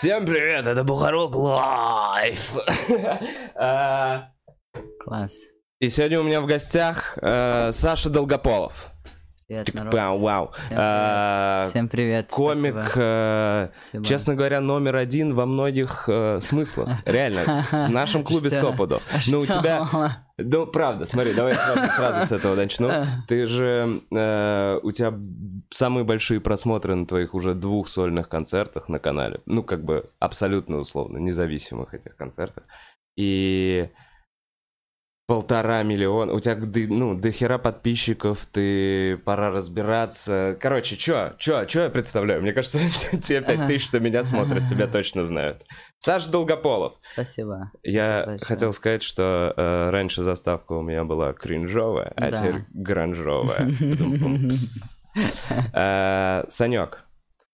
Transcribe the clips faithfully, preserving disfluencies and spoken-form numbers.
Всем привет, это Бухарок Лайф. Класс. И сегодня у меня в гостях э, Саша Долгополов. Привет, народ. Вау, вау. Всем привет. Всем привет. Комик, э, Спасибо. честно говоря, номер один во многих э, смыслах. Реально. В нашем клубе стопудов. Ну, у тебя... Ну, правда, смотри, давай я сразу с этого начну. Ты же... Э, у тебя самые большие просмотры на твоих уже двух сольных концертах на канале. Ну, как бы абсолютно условно, независимых этих концертах. И... Полтора миллиона. У тебя, ну, до хера подписчиков, ты... Пора разбираться. Короче, чё? Чё? Чё я представляю? Мне кажется, те пять тысяч, что меня смотрят, тебя точно знают. Саша Долгополов. Спасибо. Я Спасибо хотел сказать, что э, раньше заставка у меня была кринжовая, а да. теперь гранжовая. Санек,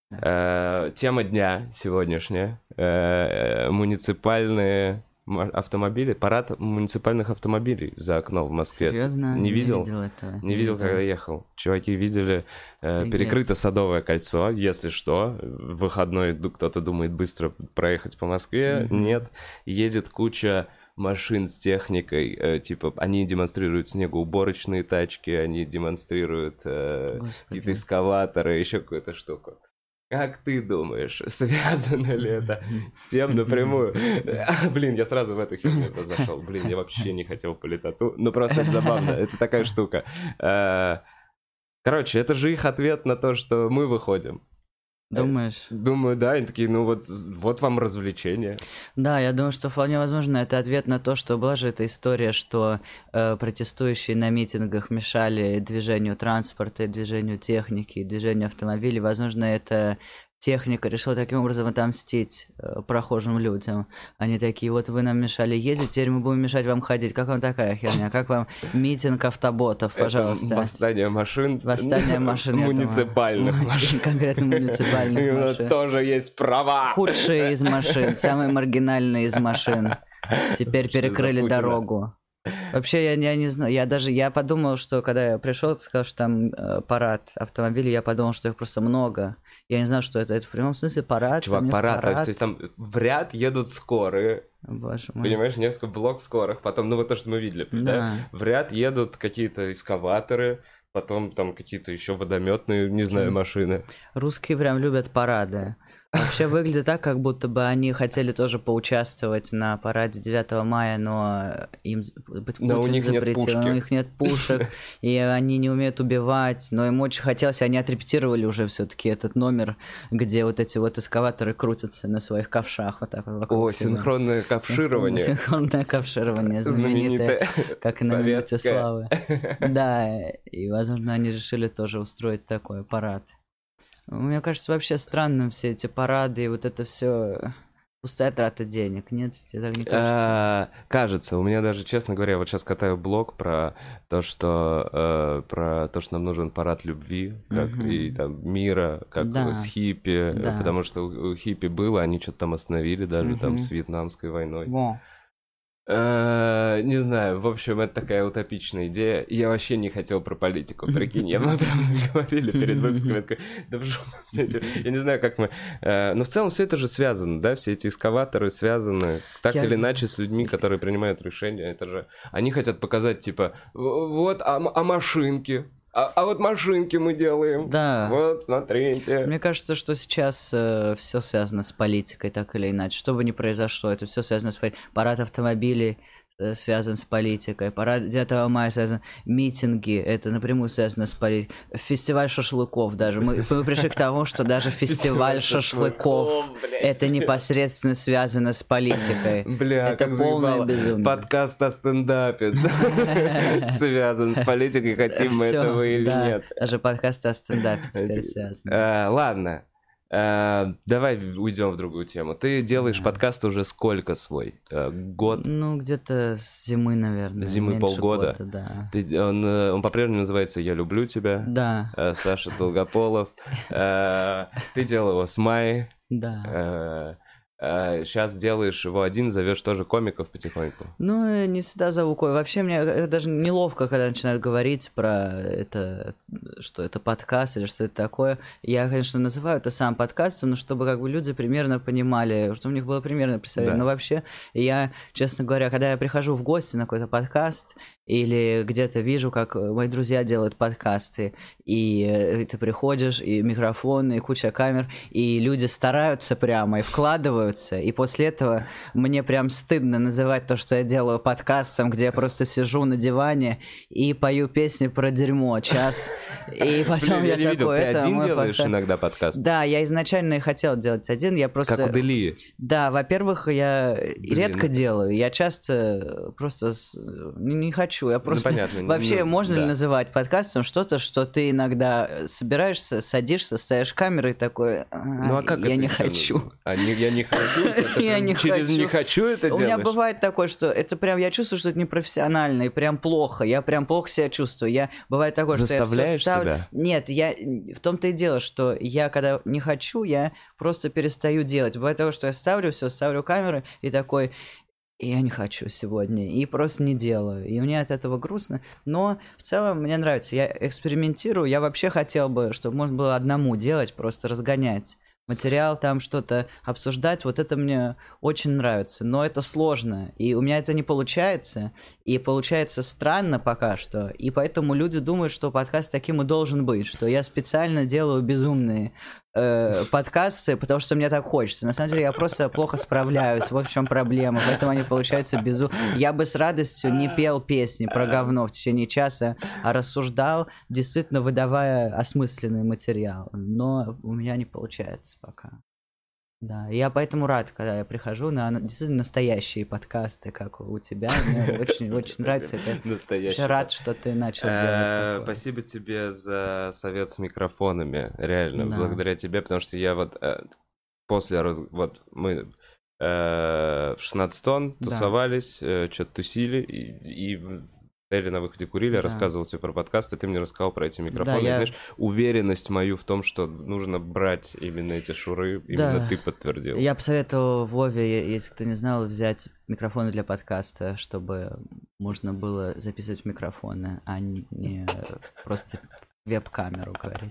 тема дня сегодняшняя. Муниципальные... автомобили, парад муниципальных автомобилей за окном в Москве. Серьезно? Не видел? Не видел этого. Не, не видел, видел, когда ехал. Чуваки видели, э, перекрыто Садовое кольцо, если что. В выходной кто-то думает быстро проехать по Москве. Mm-hmm. Нет. Едет куча машин с техникой. Э, типа, они демонстрируют снегоуборочные тачки, они демонстрируют э, какие-то эскаваторы, еще какую-то штуку. Как ты думаешь, связано ли это с тем напрямую? Блин, я сразу в эту херню зашел. Блин, я вообще не хотел политоту. Ну, просто это забавно. Это такая штука. Короче, это же их ответ на то, что мы выходим. Думаешь? Думаю, да. Они такие, ну вот, вот вам развлечение. Да, я думаю, что вполне возможно это ответ на то, что была же эта история, что э, протестующие на митингах мешали движению транспорта, движению техники, движению автомобилей. Возможно, это техника решила таким образом отомстить э, прохожим людям. Они такие, вот вы нам мешали ездить, теперь мы будем мешать вам ходить. Как вам такая херня? Как вам митинг автоботов, пожалуйста? Это восстание машин. Восстание машин, муниципальных машин. Конкретно муниципальных машин. И у нас тоже есть права. Худшие из машин, самые маргинальные из машин. Теперь перекрыли дорогу. Вообще, я, я не знаю, я даже, я подумал, что когда я пришел, сказал, что там э, парад автомобилей, я подумал, что их просто много. Я не знаю, что это, это в прямом смысле парад. Чувак, парад, парад. То, есть, то есть там в ряд едут скорые, Боже мой. Понимаешь, несколько блок скорых, потом, ну вот то, что мы видели, да. Да? В ряд едут какие-то эскаваторы, потом там какие-то еще водометные, не знаю, машины. Русские прям любят парады. Вообще выглядит так, как будто бы они хотели тоже поучаствовать на параде девятого мая, но им Путин но у них запретил, нет пушки. У них нет пушек, и они не умеют убивать, но им очень хотелось, они отрепетировали уже все-таки этот номер, где вот эти вот эскаваторы крутятся на своих ковшах вот так вот вокруг О, себя. Синхронное ковширование. Синхронное ковширование, знаменитое, как на минуте славы. Да, и, возможно, они решили тоже устроить такой парад. Мне кажется, вообще странным все эти парады и вот это все пустая трата денег, нет? Тебе так не кажется? Кажется. У меня даже, честно говоря, я вот сейчас катаю блог про то, что про то, что нам нужен парад любви, как и там мира, как с хиппи, потому что у хиппи было, они что-то там остановили даже там с Вьетнамской войной. Uh, не знаю, в общем, это такая утопичная идея. Я вообще не хотел про политику, прикинь. Я мы прям говорили перед выпуском. Я такой, да в жопу, я не знаю, как мы... Uh, но в целом все это же связано, да? Все эти эскаваторы связаны так я... или иначе с людьми, которые принимают решения. Это же... Они хотят показать, типа, вот, а, а машинки... А, а вот машинки мы делаем. Да. Вот, смотрите. Мне кажется, что сейчас э, все связано с политикой, так или иначе. Что бы ни произошло, это все связано с политикой. Парад автомобилей э, связан с политикой. Парад девятого мая связан. Митинги, это напрямую связано с политикой. Фестиваль шашлыков даже. Мы, мы пришли к тому, что даже фестиваль шашлыков это непосредственно связано с политикой. Бля, это как полное безумие. Подкаст о стендапе связан с политикой, хотим мы этого или нет. Даже подкаст о стендапе теперь связан. Ладно. Uh, давай уйдем в другую тему. Ты делаешь yeah. подкаст уже сколько свой? Uh, год? Ну, где-то с зимы, наверное. Зимы полгода? Года, да. Ты, он, он по-прежнему называется «Я люблю тебя». Да. Uh, Саша Долгополов. Uh, ты делал его с Майей. Да. Uh, А сейчас делаешь его один, зовешь тоже комиков потихоньку? Ну, не всегда зову кой. Вообще мне даже неловко, когда начинают говорить про это, что это подкаст или что это такое. Я, конечно, называю это сам подкастом, но чтобы как бы люди примерно понимали, что у них было примерно представление. Да. Но вообще я, честно говоря, когда я прихожу в гости на какой-то подкаст или где-то вижу, как мои друзья делают подкасты, и ты приходишь, и микрофон, и куча камер, и люди стараются прямо и вкладываются, и после этого мне прям стыдно называть то, что я делаю подкастом, где я просто сижу на диване и пою песни про дерьмо час, и потом Блин, я, я не такой... Видел. Ты один делаешь подкаст... иногда подкаст? Да, я изначально и хотел делать один, я просто... Как у Дели. Да, во-первых, я Блин. редко делаю, я часто просто не хочу. Я просто... Ну, понятно. Вообще, ну, можно да. ли называть подкастом что-то, что ты иногда собираешься, садишься, ставишь камеру и такой, а, ну, а как я это не еще? хочу. А не, я не хочу? Я не через хочу. не хочу это У делаешь? меня бывает такое, что это прям, я чувствую, что это непрофессионально и прям плохо. Я прям плохо себя чувствую. Я бывает такое, что я Заставляешь все ставлю... себя? Нет, я... В том-то и дело, что я когда не хочу, я просто перестаю делать. Бывает такое, что я ставлю все, ставлю камеры и такой... Я не хочу сегодня, и просто не делаю. И мне от этого грустно. Но в целом мне нравится. Я экспериментирую. Я вообще хотел бы, чтобы можно было одному делать, просто разгонять материал, там что-то обсуждать. Вот это мне очень нравится. Но это сложно. И у меня это не получается. И получается странно пока что. И поэтому люди думают, что подкаст таким и должен быть. Что я специально делаю безумные э, подкасты, потому что мне так хочется. На самом деле я просто плохо справляюсь. Вот в чем проблема. Поэтому они получаются безумные. Я бы с радостью не пел песни про говно в течение часа, а рассуждал, действительно выдавая осмысленный материал. Но у меня не получается пока. Да, я поэтому рад, когда я прихожу на действительно настоящие подкасты, как у тебя. Мне очень-очень нравится это. Настоящий. Я рад, что ты начал делать. Спасибо тебе за совет с микрофонами, реально, благодаря тебе, потому что я вот после, вот мы в шестнадцать тонн тусовались, что-то тусили и Элли на выходе курили, я да. рассказывал тебе про подкасты, ты мне рассказал про эти микрофоны. Да, я... Знаешь, уверенность мою в том, что нужно брать именно эти шуры, именно да. ты подтвердил. Я посоветовал Вове, если кто не знал, взять микрофоны для подкаста, чтобы можно было записывать в микрофоны, а не, не просто веб-камеру говорить.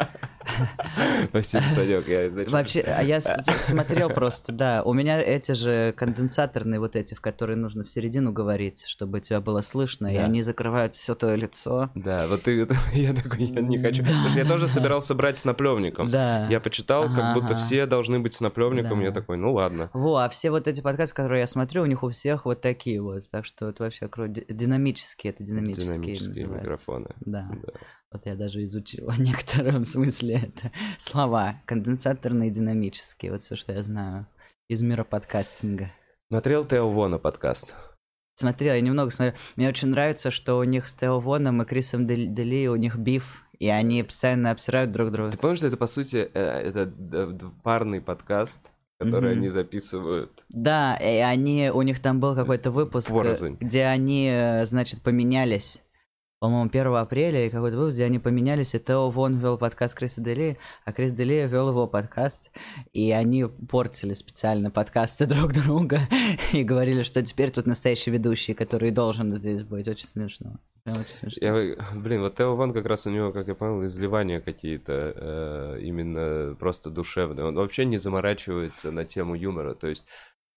Спасибо, Санёк, я изначально... Вообще, а я смотрел просто, да, у меня эти же конденсаторные вот эти, в которые нужно в середину говорить, чтобы тебя было слышно, да. и они закрывают все твое лицо. Да, вот ты, я такой, я не хочу, потому что я тоже собирался брать с наплёвником. Да. Я почитал, ага, как будто ага. все должны быть с наплёвником, да. я такой, ну ладно. Во, а все вот эти подкасты, которые я смотрю, у них у всех вот такие вот, так что это вообще круто. Динамические, это динамические, динамические микрофоны. Да. да. Вот я даже изучил в некотором смысле это слова. Конденсаторные, динамические. Вот все, что я знаю из мира подкастинга. Смотрел Тео Вона подкаст? Смотрел, я немного смотрел. Мне очень нравится, что у них с Тео Воном и Крисом Дели у них биф, и они постоянно обсирают друг друга. Ты помнишь, что это, по сути, это парный подкаст, который mm-hmm. они записывают? Да, и они, у них там был какой-то выпуск, Порознь. Где они, значит, поменялись. По-моему, первого апреля, и какой-то выпуск, где они поменялись, и Тео Вон вел подкаст Криса Дели, а Крис Дели вел его подкаст, и они портили специально подкасты друг друга, и говорили, что теперь тут настоящий ведущий, который должен здесь быть. Очень смешно. Очень смешно. Я, блин, вот Тео Вон как раз у него, как я понял, изливания какие-то, э, именно просто душевные. Он вообще не заморачивается на тему юмора, то есть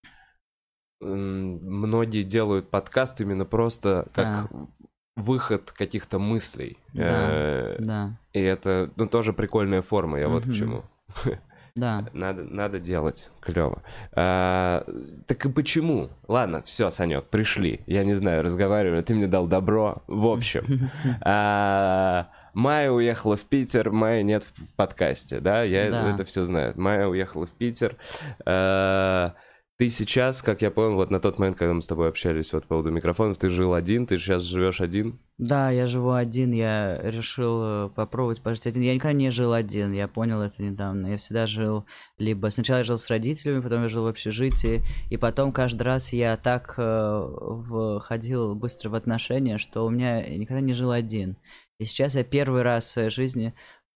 э, многие делают подкаст именно просто как... Да. выход каких-то мыслей. Да, э- да. И это, ну, тоже прикольная форма, я mm-hmm. вот к чему. Да. надо, надо делать. Клево. А, так и почему? Ладно, все, Санек, пришли. Я не знаю, разговаривали, ты мне дал добро. В общем. а- Майя уехала в Питер, Майя нет в подкасте, да? Я да. это все знаю. Майя уехала в Питер. А- Ты сейчас, как я понял, вот на тот момент, когда мы с тобой общались вот по поводу микрофонов, ты жил один, ты сейчас живешь один? Да, я живу один, я решил попробовать пожить один. Я никогда не жил один, я понял это недавно. Я всегда жил либо... Сначала я жил с родителями, потом я жил в общежитии, и потом каждый раз я так э, входил быстро в отношения, что у меня я никогда не жил один. И сейчас я первый раз в своей жизни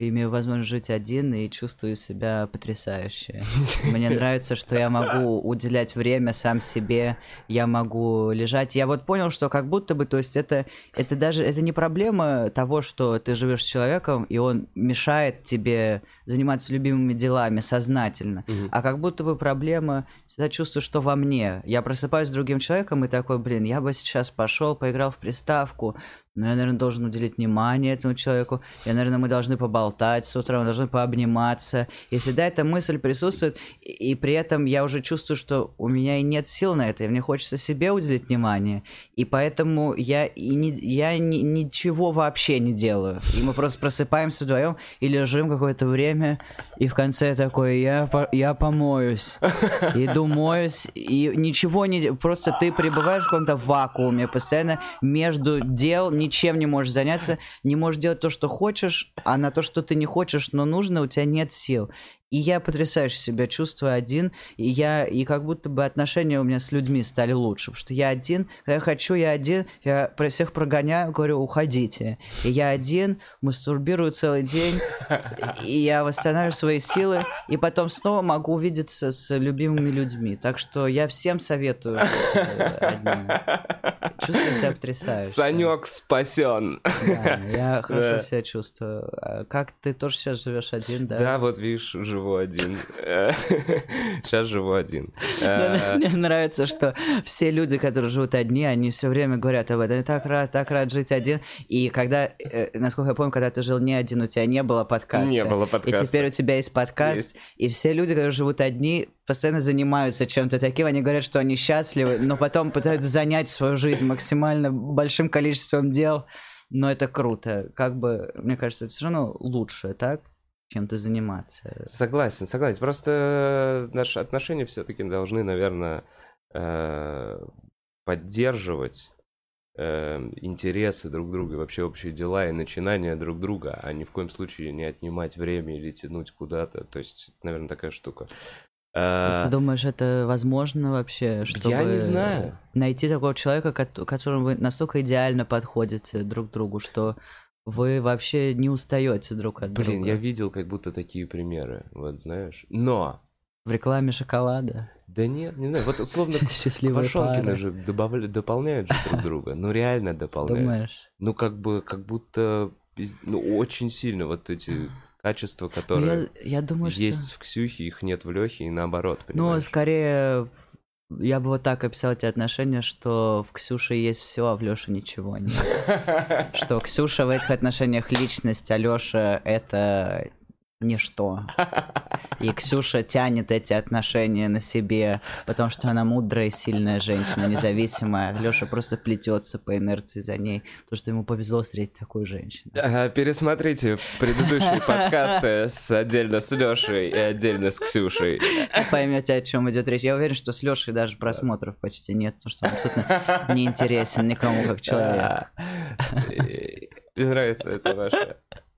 имею возможность жить один и чувствую себя потрясающе. Мне нравится, что я могу уделять время сам себе, я могу лежать. Я вот понял, что как будто бы, то есть это, это даже, это не проблема того, что ты живешь с человеком, и он мешает тебе заниматься любимыми делами сознательно, Мгм. а как будто бы проблема, всегда чувствую, что во мне. Я просыпаюсь с другим человеком и такой, блин, я бы сейчас пошел, поиграл в приставку, но я, наверное, должен уделить внимание этому человеку. Я, наверное, мы должны поболтать с утра, мы должны пообниматься. И всегда эта мысль присутствует, и, и при этом я уже чувствую, что у меня и нет сил на это, и мне хочется себе уделить внимание. И поэтому я, и не, я ни, ничего вообще не делаю. И мы просто просыпаемся вдвоем и лежим какое-то время, и в конце такой, я, по- я помоюсь. Иду моюсь, и ничего не... де- Просто ты пребываешь в каком-то вакууме, постоянно между дел, ничем не можешь заняться, не можешь делать то, что хочешь, а на то, что ты не хочешь, но нужно, у тебя нет сил. И я потрясающе себя чувствую один, и я, и как будто бы отношения у меня с людьми стали лучше, потому что я один, когда я хочу, я один, я про всех прогоняю, говорю, уходите. И я один, мастурбирую целый день, и я восстанавливаю свои силы, и потом снова могу увидеться с любимыми людьми. Так что я всем советую быть э, одним. Чувствую себя потрясающе. Санек спасен. Да, я хорошо Да. себя чувствую. А как ты тоже сейчас живешь один, да? Да, вот видишь, живу один. Сейчас живу один. Мне, Э, мне нравится, что все люди, которые живут одни, они все время говорят об этом. Я так рад, так рад жить один. И когда, э, насколько я помню, когда ты жил не один, у тебя не было подкаста. Не было подкаста. И теперь у тебя есть подкаст. Есть. И все люди, которые живут одни, постоянно занимаются чем-то таким. Они говорят, что они счастливы, но потом пытаются занять свою жизнь максимально большим количеством дел. Но это круто. Как бы, мне кажется, это все равно лучше, так? Чем-то заниматься. Согласен, согласен. Просто наши отношения все-таки должны, наверное, э, поддерживать э, интересы друг друга, и вообще общие дела и начинания друг друга, а ни в коем случае не отнимать время или тянуть куда-то. То есть, наверное, такая штука. А Э, ты думаешь, это возможно вообще, чтобы Я не знаю. найти такого человека, кот- которому вы настолько идеально подходите друг другу, что вы вообще не устаете друг от Блин, друга? я видел как будто такие примеры, вот знаешь. Но, В рекламе шоколада. да нет, не знаю, вот условно Счастливые Квашонкины пары. же добавля- дополняют же друг друга, ну реально дополняют. Думаешь? Ну как бы, как будто, пиз- ну очень сильно вот эти качества, Ну, которые я, я думаю, есть что... в Ксюхе, их нет в Лехе, и наоборот, Ну, понимаешь? скорее, я бы вот так описал эти отношения, что в Ксюше есть все, а в Лёше ничего нет. Что Ксюша в этих отношениях личность, а Лёша это ничто. И Ксюша тянет эти отношения на себе, потому что она мудрая и сильная женщина, независимая. Лёша просто плетется по инерции за ней, потому что ему повезло встретить такую женщину. Ага, пересмотрите предыдущие подкасты с отдельно с Лешей и отдельно с Ксюшей. Вы поймете, о чем идет речь. Я уверен, что с Лёшей даже просмотров почти нет, потому что он абсолютно не интересен никому как человек. И- Мне нравится это ваше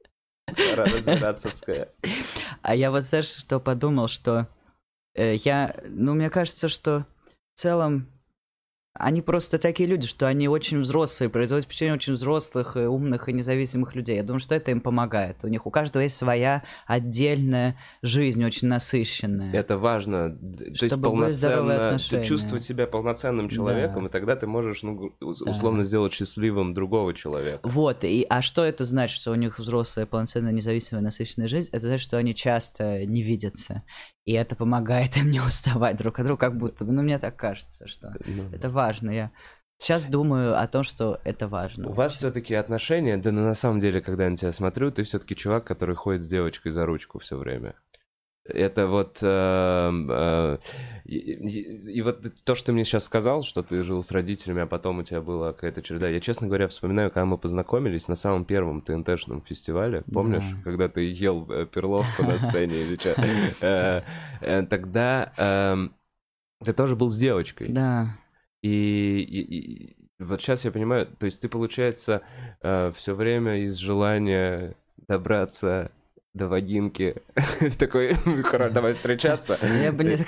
разбираться. А я вот, знаешь, что подумал, что э, я, ну, мне кажется, что в целом они просто такие люди, что они очень взрослые, производят впечатление очень взрослых, и умных и независимых людей. Я думаю, что это им помогает. У них у каждого есть своя отдельная жизнь, очень насыщенная. Это важно, д- то есть Чтобы были здоровые полноценно, отношения. ты чувствовать себя полноценным человеком, Да. и тогда ты можешь, ну, ус- Да. условно сделать счастливым другого человека. Вот, и, а что это значит, что у них взрослая, полноценная, независимая, насыщенная жизнь? Это значит, что они часто не видятся. И это помогает им не уставать друг от друга, как будто бы. Ну, мне так кажется, что Ну, это важно. Я сейчас думаю о том, что это важно. У вас все-таки отношения, да, ну, на самом деле, когда я на тебя смотрю, ты все-таки чувак, который ходит с девочкой за ручку все время. Это вот... э, э, и, и- и вот то, что ты мне сейчас сказал, что ты жил с родителями, а потом у тебя была какая-то череда. Я, честно говоря, вспоминаю, когда мы познакомились на самом первом ТНТ-шном фестивале. Помнишь, Да. когда ты ел э, перловку на сцене или что? Тогда эм, ты тоже был с девочкой. Да. И, и- и вот сейчас я понимаю, то есть ты, получается, все время из желания добраться до вагинки. Такой, давай встречаться. Я бы не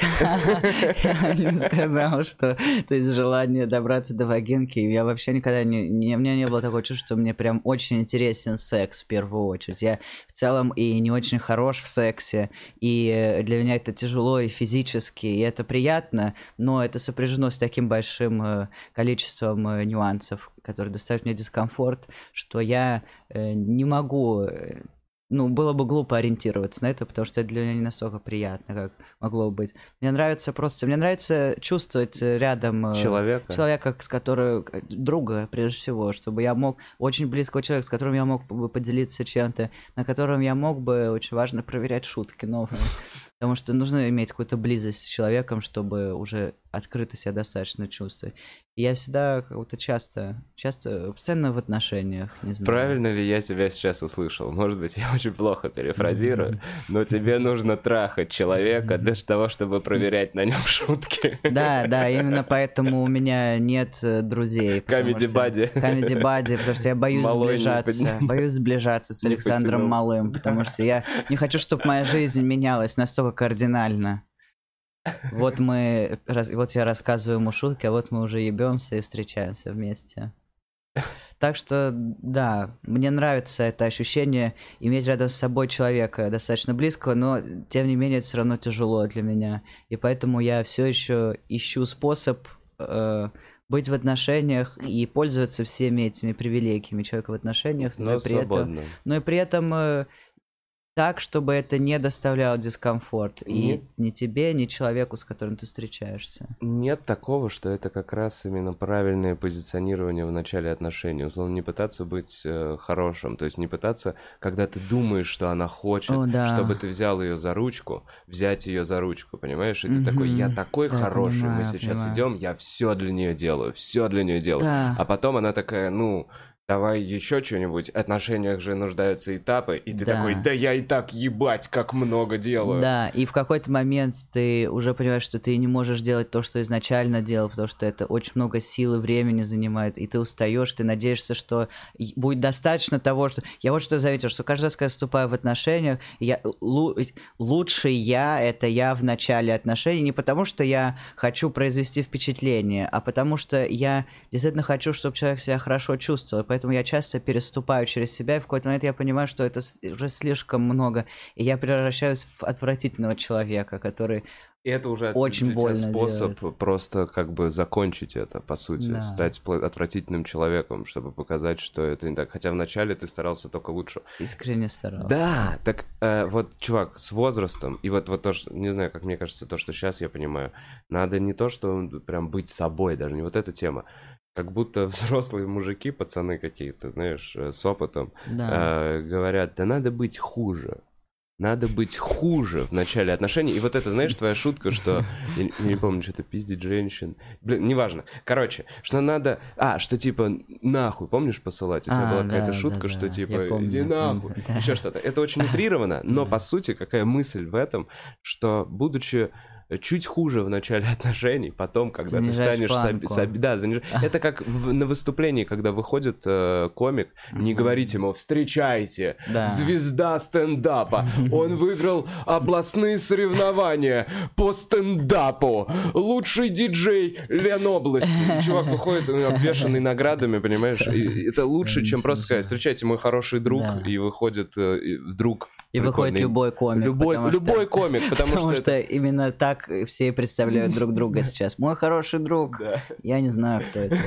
сказал, что то есть желание добраться до вагинки. Я вообще никогда не... У меня не было такого чувства, что мне прям очень интересен секс в первую очередь. Я в целом и не очень хорош в сексе, и для меня это тяжело и физически, и это приятно, но это сопряжено с таким большим количеством нюансов, которые доставляют мне дискомфорт, что я не могу... Ну, было бы глупо ориентироваться на это, потому что это для меня не настолько приятно, как могло быть. Мне нравится просто... Мне нравится чувствовать рядом... Человека? Человека, с которым... Друга, прежде всего, чтобы я мог... Очень близкого человека, с которым я мог бы поделиться чем-то, на котором я мог бы, очень важно, проверять шутки новые. Потому что нужно иметь какую-то близость с человеком, чтобы уже открыто себя достаточно чувствовать. И я всегда как-то часто, часто, постоянно в отношениях, не знаю. Правильно ли я тебя сейчас услышал? Может быть, я очень плохо перефразирую, но тебе нужно трахать человека для того, чтобы проверять на нем шутки. Да, да, именно поэтому у меня нет друзей. Comedy Buddy. Comedy Buddy, потому что я боюсь Малой сближаться. Не... Боюсь сближаться с Александром потянул. Малым, потому что я не хочу, чтобы моя жизнь менялась настолько кардинально. Вот мы, вот я рассказываю ему шутки, а вот мы уже ебемся и встречаемся вместе. Так что, да, мне нравится это ощущение иметь рядом с собой человека достаточно близкого, но, тем не менее, это все равно тяжело для меня. И поэтому я все еще ищу способ э, быть в отношениях и пользоваться всеми этими привилегиями человека в отношениях, но, но, при, этом, но и при этом... Э, так, чтобы это не доставляло дискомфорт Нет. и ни тебе, ни человеку, с которым ты встречаешься. Нет такого, что это как раз именно правильное позиционирование в начале отношений. Условно, не пытаться быть э, хорошим, то есть не пытаться, когда ты думаешь, что она хочет, О, да. чтобы ты взял ее за ручку, взять ее за ручку, понимаешь? И ты mm-hmm. такой, я такой да, хороший, понимаю, мы сейчас понимаю. идем, я все для нее делаю, все для нее делаю. Да. А потом она такая, ну... Давай еще что-нибудь. В отношениях же нуждаются этапы, и ты да. такой, да я и так ебать, как много делаю. Да, и в какой-то момент ты уже понимаешь, что ты не можешь делать то, что изначально делал, потому что это очень много сил и времени занимает, и ты устаешь, ты надеешься, что будет достаточно того, что... Я вот что заметил, что каждый раз, когда я вступаю в отношения, я... Лу... лучший я — это я в начале отношений, не потому что я хочу произвести впечатление, а потому что я действительно хочу, чтобы человек себя хорошо чувствовал. Поэтому я часто переступаю через себя, и в какой-то момент я понимаю, что это уже слишком много, и я превращаюсь в отвратительного человека, который и это уже очень больно способ делает. Просто как бы закончить это, по сути, да. стать отвратительным человеком, чтобы показать, что это не так. Хотя вначале ты старался только лучше. Искренне старался. Да, так э, вот, чувак, с возрастом, и вот, вот то, что, не знаю, как мне кажется, то, что сейчас я понимаю, надо не то, что прям быть собой, даже не вот эта тема. Как будто взрослые мужики, пацаны какие-то, знаешь, с опытом, да. э, говорят, да надо быть хуже. Надо быть хуже в начале отношений. И вот это, знаешь, твоя шутка, что... Я, я не помню, что-то пиздить женщин. Блин, неважно. Короче, что надо... А, что типа нахуй, помнишь, посылать? У тебя а, была какая-то да, шутка, да, что да. типа помню, иди нахуй. Да. Еще что-то. Это очень утрировано, но по сути какая мысль в этом, что будучи... чуть хуже в начале отношений, потом, когда занижаешь ты станешь... Соб... Соб... Да, заниж... Это как в... на выступлении, когда выходит э, комик, не говорите ему «встречайте, да. звезда стендапа, он выиграл областные соревнования по стендапу, лучший диджей Ленобласти». И чувак выходит обвешанный наградами, понимаешь? И это лучше, чем просто сказать «встречайте, мой хороший друг», да. и выходит э, друг. И выходит любой комик. Любой, любой что... комик, потому, потому что, что это... именно так все представляют друг друга сейчас. Мой хороший друг. Да. Я не знаю, кто это.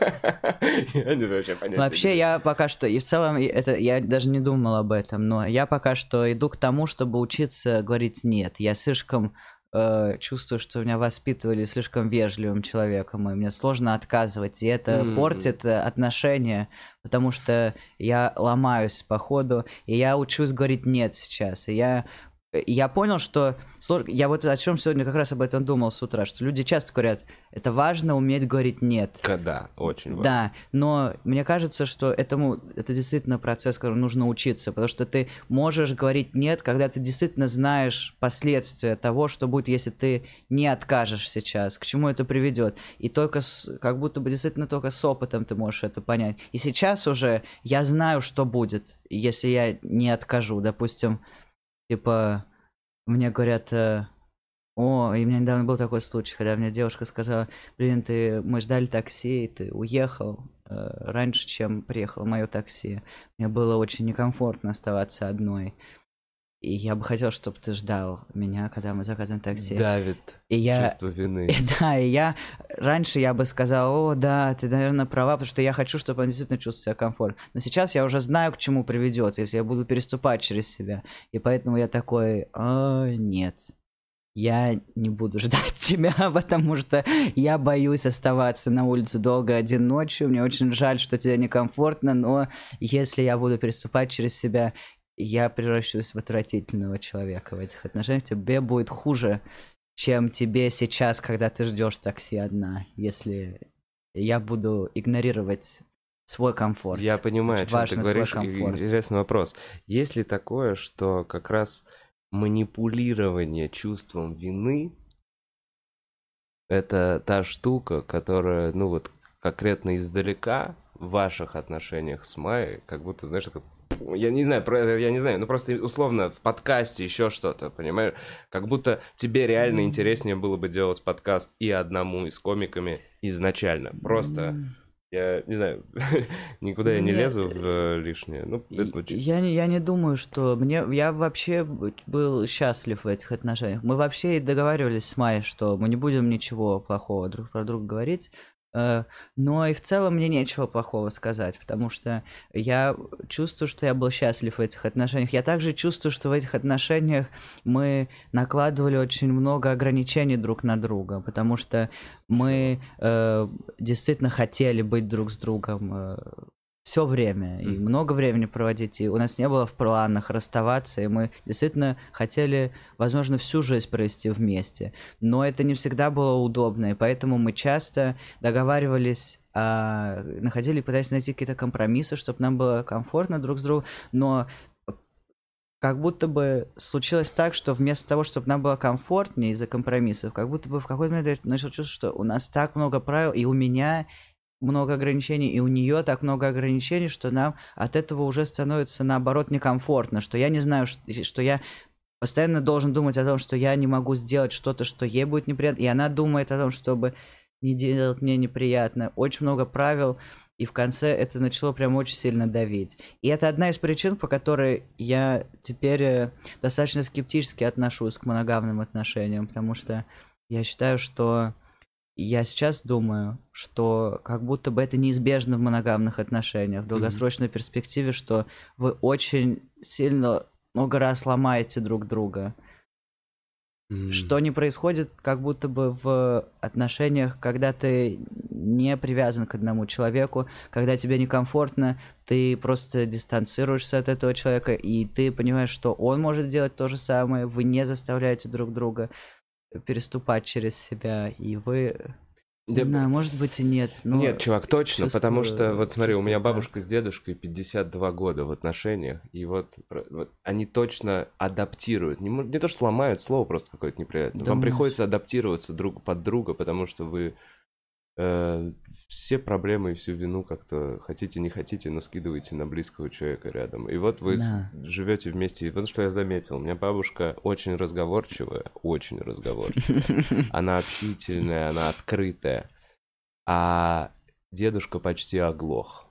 Я не вообще понятия. Вообще, я пока что, и в целом, это я даже не думал об этом, но я пока что иду к тому, чтобы учиться говорить «нет». Я слишком э, чувствую, что меня воспитывали слишком вежливым человеком, и мне сложно отказывать, и это mm. портит отношения, потому что я ломаюсь по ходу, и я учусь говорить «нет» сейчас, и я... Я понял, что... Я вот о чем сегодня как раз об этом думал с утра, что люди часто говорят, это важно уметь говорить «нет». Да, очень важно. Да, но мне кажется, что этому это действительно процесс, которому нужно учиться, потому что ты можешь говорить «нет», когда ты действительно знаешь последствия того, что будет, если ты не откажешь сейчас, к чему это приведет. И только с, как будто бы действительно только с опытом ты можешь это понять. И сейчас уже я знаю, что будет, если я не откажу. Допустим, Типа, мне говорят, э, о, и у меня недавно был такой случай, когда мне девушка сказала, блин, ты, мы ждали такси, и ты уехал э, раньше, чем приехало мое такси. Мне было очень некомфортно оставаться одной. И я бы хотел, чтобы ты ждал меня, когда мы заказываем такси. Давит и я... чувство вины. И, да, и я... Раньше я бы сказал, о, да, ты, наверное, права, потому что я хочу, чтобы он действительно чувствовал себя комфортно. Но сейчас я уже знаю, к чему приведет, если я буду переступать через себя. И поэтому я такой, о, нет. Я не буду ждать тебя, потому что я боюсь оставаться на улице долго один ночью. Мне очень жаль, что тебе некомфортно, но если я буду переступать через себя, я превращусь в отвратительного человека в этих отношениях. Тебе будет хуже, чем тебе сейчас, когда ты ждешь такси одна, если я буду игнорировать свой комфорт. Я понимаю, очень о чем ты говоришь. Интересный вопрос. Есть ли такое, что как раз манипулирование чувством вины — это та штука, которая, ну вот, конкретно издалека в ваших отношениях с Майей, как будто, знаешь, такой... Я не знаю, я не знаю, ну просто условно в подкасте еще что-то, понимаешь? Как будто тебе реально интереснее было бы делать подкаст и одному, и с комиками изначально. Просто, я не знаю, никуда я не лезу в лишнее. Ну, это я, не, я не думаю, что... мне Я вообще был счастлив в этих отношениях. Мы вообще и договаривались с Майей, что мы не будем ничего плохого друг про друга говорить. Но и в целом мне нечего плохого сказать, потому что я чувствую, что я был счастлив в этих отношениях. Я также чувствую, что в этих отношениях мы накладывали очень много ограничений друг на друга, потому что мы э, действительно хотели быть друг с другом э, все время, и много времени проводить, и у нас не было в планах расставаться, и мы действительно хотели, возможно, всю жизнь провести вместе, но это не всегда было удобно, и поэтому мы часто договаривались, а, находили, пытались найти какие-то компромиссы, чтобы нам было комфортно друг с другом, но как будто бы случилось так, что вместо того, чтобы нам было комфортнее из-за компромиссов, как будто бы в какой-то момент я начал чувствовать, что у нас так много правил, и у меня много ограничений, и у нее так много ограничений, что нам от этого уже становится, наоборот, некомфортно, что я не знаю, что, что я постоянно должен думать о том, что я не могу сделать что-то, что ей будет неприятно, и она думает о том, чтобы не делать мне неприятно. Очень много правил, и в конце это начало прям очень сильно давить. И это одна из причин, по которой я теперь достаточно скептически отношусь к моногамным отношениям, потому что я считаю, что я сейчас думаю, что как будто бы это неизбежно в моногамных отношениях, в долгосрочной mm-hmm. перспективе, что вы очень сильно много раз ломаете друг друга. Mm-hmm. Что не происходит как будто бы в отношениях, когда ты не привязан к одному человеку, когда тебе некомфортно, ты просто дистанцируешься от этого человека, и ты понимаешь, что он может делать то же самое, вы не заставляете друг друга переступать через себя, и вы... Не Я... знаю, может быть и нет. Но нет, чувак, точно, чувствую, потому что, вот смотри, у меня бабушка да. с дедушкой пятьдесят два года в отношениях, и вот, вот они точно адаптируют. Не, не то, что ломают, слово просто какое-то неприятное. Думаешь? Вам приходится адаптироваться друг под друга, потому что вы э, все проблемы и всю вину как-то хотите, не хотите, но скидываете на близкого человека рядом. И вот вы да. живете вместе. И вот что я заметил. У меня бабушка очень разговорчивая, очень разговорчивая. Она общительная, она открытая. А дедушка почти оглох.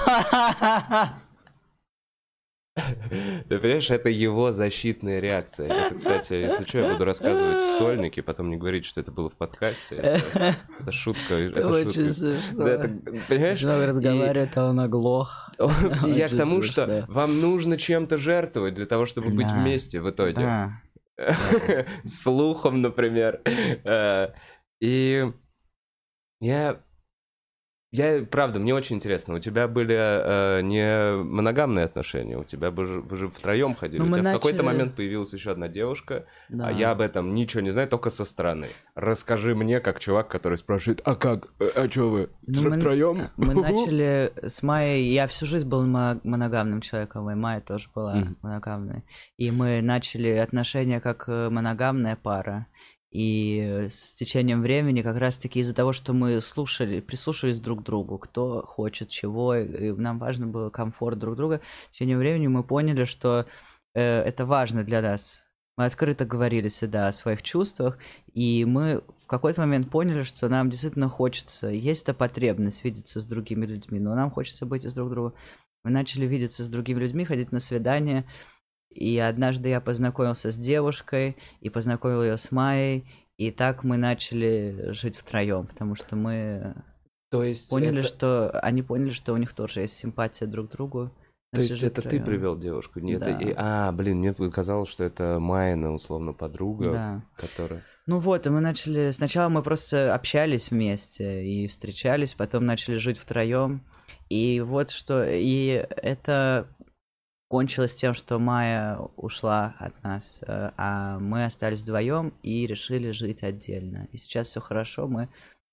Ты понимаешь, это его защитная реакция. Это, кстати, если что, я буду рассказывать в сольнике, потом не говорить, что это было в подкасте. Это, это шутка. Это, это очень смешно. Да, понимаешь? Много разговаривает, а он оглох. Я к тому, что вам нужно чем-то жертвовать для того, чтобы быть вместе в итоге. Слухом, например. И я... Я, правда, мне очень интересно, у тебя были э, не моногамные отношения, у тебя бы вы же втроем ходили, ну, у тебя начали... в какой-то момент появилась еще одна девушка, да. а я об этом ничего не знаю, только со стороны. Расскажи мне, как чувак, который спрашивает, а как, а что вы, ну, втроем? Мы, мы начали с Майей, я всю жизнь был моногамным человеком, и Майя тоже была mm-hmm. моногамной, и мы начали отношения как моногамная пара. И с течением времени, как раз-таки из-за того, что мы слушали, прислушивались друг к другу, кто хочет чего, и нам важно было комфорт друг друга, с течением времени мы поняли, что это важно для нас. Мы открыто говорили всегда о своих чувствах, и мы в какой-то момент поняли, что нам действительно хочется, есть эта потребность видеться с другими людьми, но нам хочется быть с друг другом. Мы начали видеться с другими людьми, ходить на свидания, и однажды я познакомился с девушкой, и познакомил ее с Майей, и так мы начали жить втроем, потому что мы То есть поняли, это... что они поняли, что у них тоже есть симпатия друг к другу. То есть это втроем. Ты привел девушку? Нет, да. и... А, блин, мне казалось, что это Майина, условно, подруга, да. которая... Ну вот, и мы начали... Сначала мы просто общались вместе и встречались, потом начали жить втроем. И вот что... И это кончилось тем, что Майя ушла от нас, а мы остались вдвоем и решили жить отдельно. И сейчас все хорошо, мы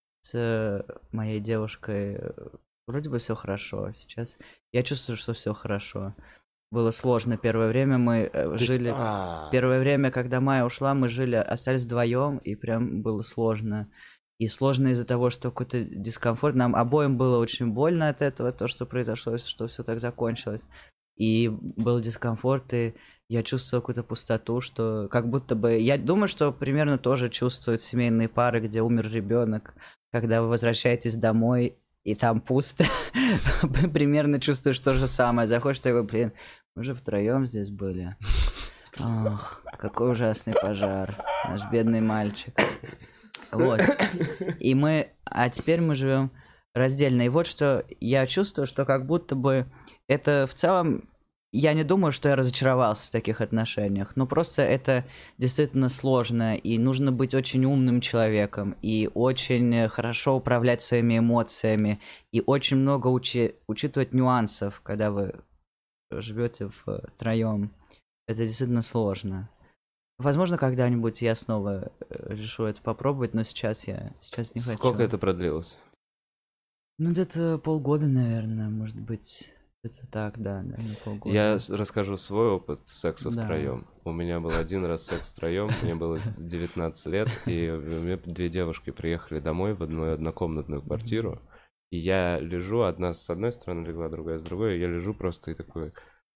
с моей девушкой... Вроде бы все хорошо. Сейчас я чувствую, что все хорошо. Было сложно первое время, мы То жили... Есть... Первое время, когда Майя ушла, мы жили, остались вдвоем, и прям было сложно. И сложно из-за того, что какой-то дискомфорт. Нам обоим было очень больно от этого, то, что произошло, что все так закончилось. И был дискомфорт, и я чувствовал какую-то пустоту, что как будто бы... Я думаю, что примерно тоже чувствуют семейные пары, где умер ребенок, когда вы возвращаетесь домой, и там пусто. Примерно чувствуешь то же самое. Заходишь такой, блин, мы же втроем здесь были. Ох, какой ужасный пожар. Наш бедный мальчик. Вот. И мы... А теперь мы живем раздельно. И вот что я чувствую, что как будто бы это в целом... Я не думаю, что я разочаровался в таких отношениях, но просто это действительно сложно, и нужно быть очень умным человеком, и очень хорошо управлять своими эмоциями, и очень много учи- учитывать нюансов, когда вы живете втроем. Это действительно сложно. Возможно, когда-нибудь я снова решу это попробовать, но сейчас я сейчас не хочу. Сколько это продлилось? Ну, где-то полгода, наверное, может быть... Это так, да, да, на полгода. Я расскажу свой опыт секса да. втроем. У меня был один раз секс втроем, мне было девятнадцать лет, и у меня две девушки приехали домой в одну однокомнатную квартиру, и я лежу, одна с одной стороны легла, другая с другой, и я лежу просто и такой...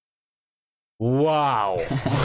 Вау!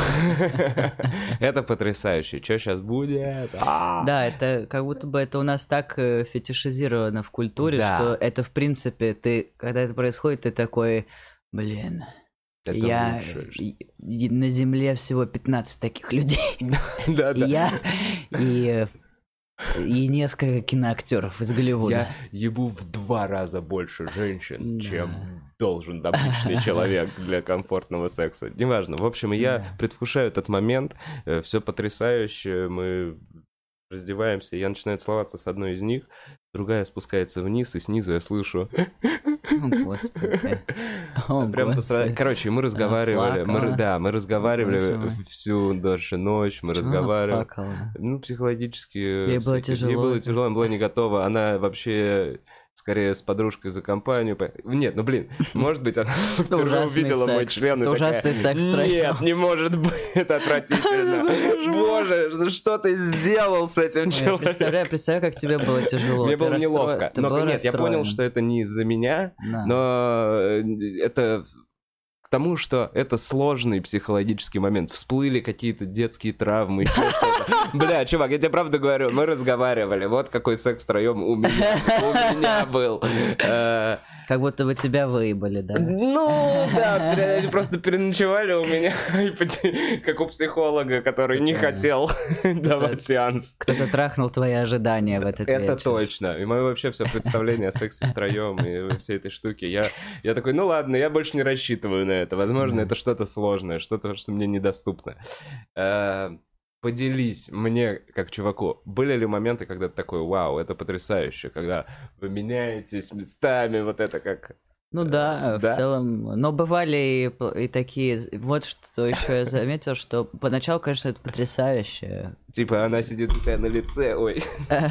Это потрясающе. Что сейчас будет? Да, это как будто бы это у нас так фетишизировано в культуре, что это в принципе ты, когда это происходит, ты такой, блин, я на земле всего пятнадцать таких людей. Да, да. Я и и несколько киноактеров из Голливуда. Я ебу в два раза больше женщин, да. чем должен обычный человек для комфортного секса. Неважно. В общем, я да. предвкушаю этот момент. Все потрясающе. Мы раздеваемся. Я начинаю целоваться с одной из них. Другая спускается вниз, и снизу я слышу... О, Господи. О, Прям посра... Короче, мы разговаривали. Мы, да, мы разговаривали О, всю даже ночь. Мы Чего разговаривали. Она ну, психологически... Ей было тяжело. Ей было тяжело, она была не готова. Она вообще... Скорее с подружкой за компанию. Нет, ну блин, может быть, она впервые увидела мой член и такая... Ужасный секс втроем. Нет, не может быть, это отвратительно. Боже, что ты сделал с этим человеком? Представляю, представляю, как тебе было тяжело. Мне было неловко. Но нет, я понял, что это не из-за меня, но это... К тому, что это сложный психологический момент. Всплыли какие-то детские травмы, еще что-то. Бля, чувак, я тебе правда говорю, мы разговаривали. Вот какой секс втроем у меня, у меня был. Как будто вы тебя выебали, да? Ну, да, они просто переночевали у меня, как у психолога, который не хотел давать сеанс. Кто-то трахнул твои ожидания в этот вечер. Это точно. И мое вообще все представление о сексе втроем и всей этой штуке. Я, я такой, ну ладно, я больше не рассчитываю на это. Возможно, это что-то сложное, что-то, что мне недоступно. Поделись мне, как чуваку, были ли моменты, когда ты такой, вау, это потрясающе, когда вы меняетесь местами, вот это как... Ну да, да? в целом, но бывали и, и такие, вот что еще я заметил, что поначалу, конечно, это потрясающе. Типа она сидит у тебя на лице, ой.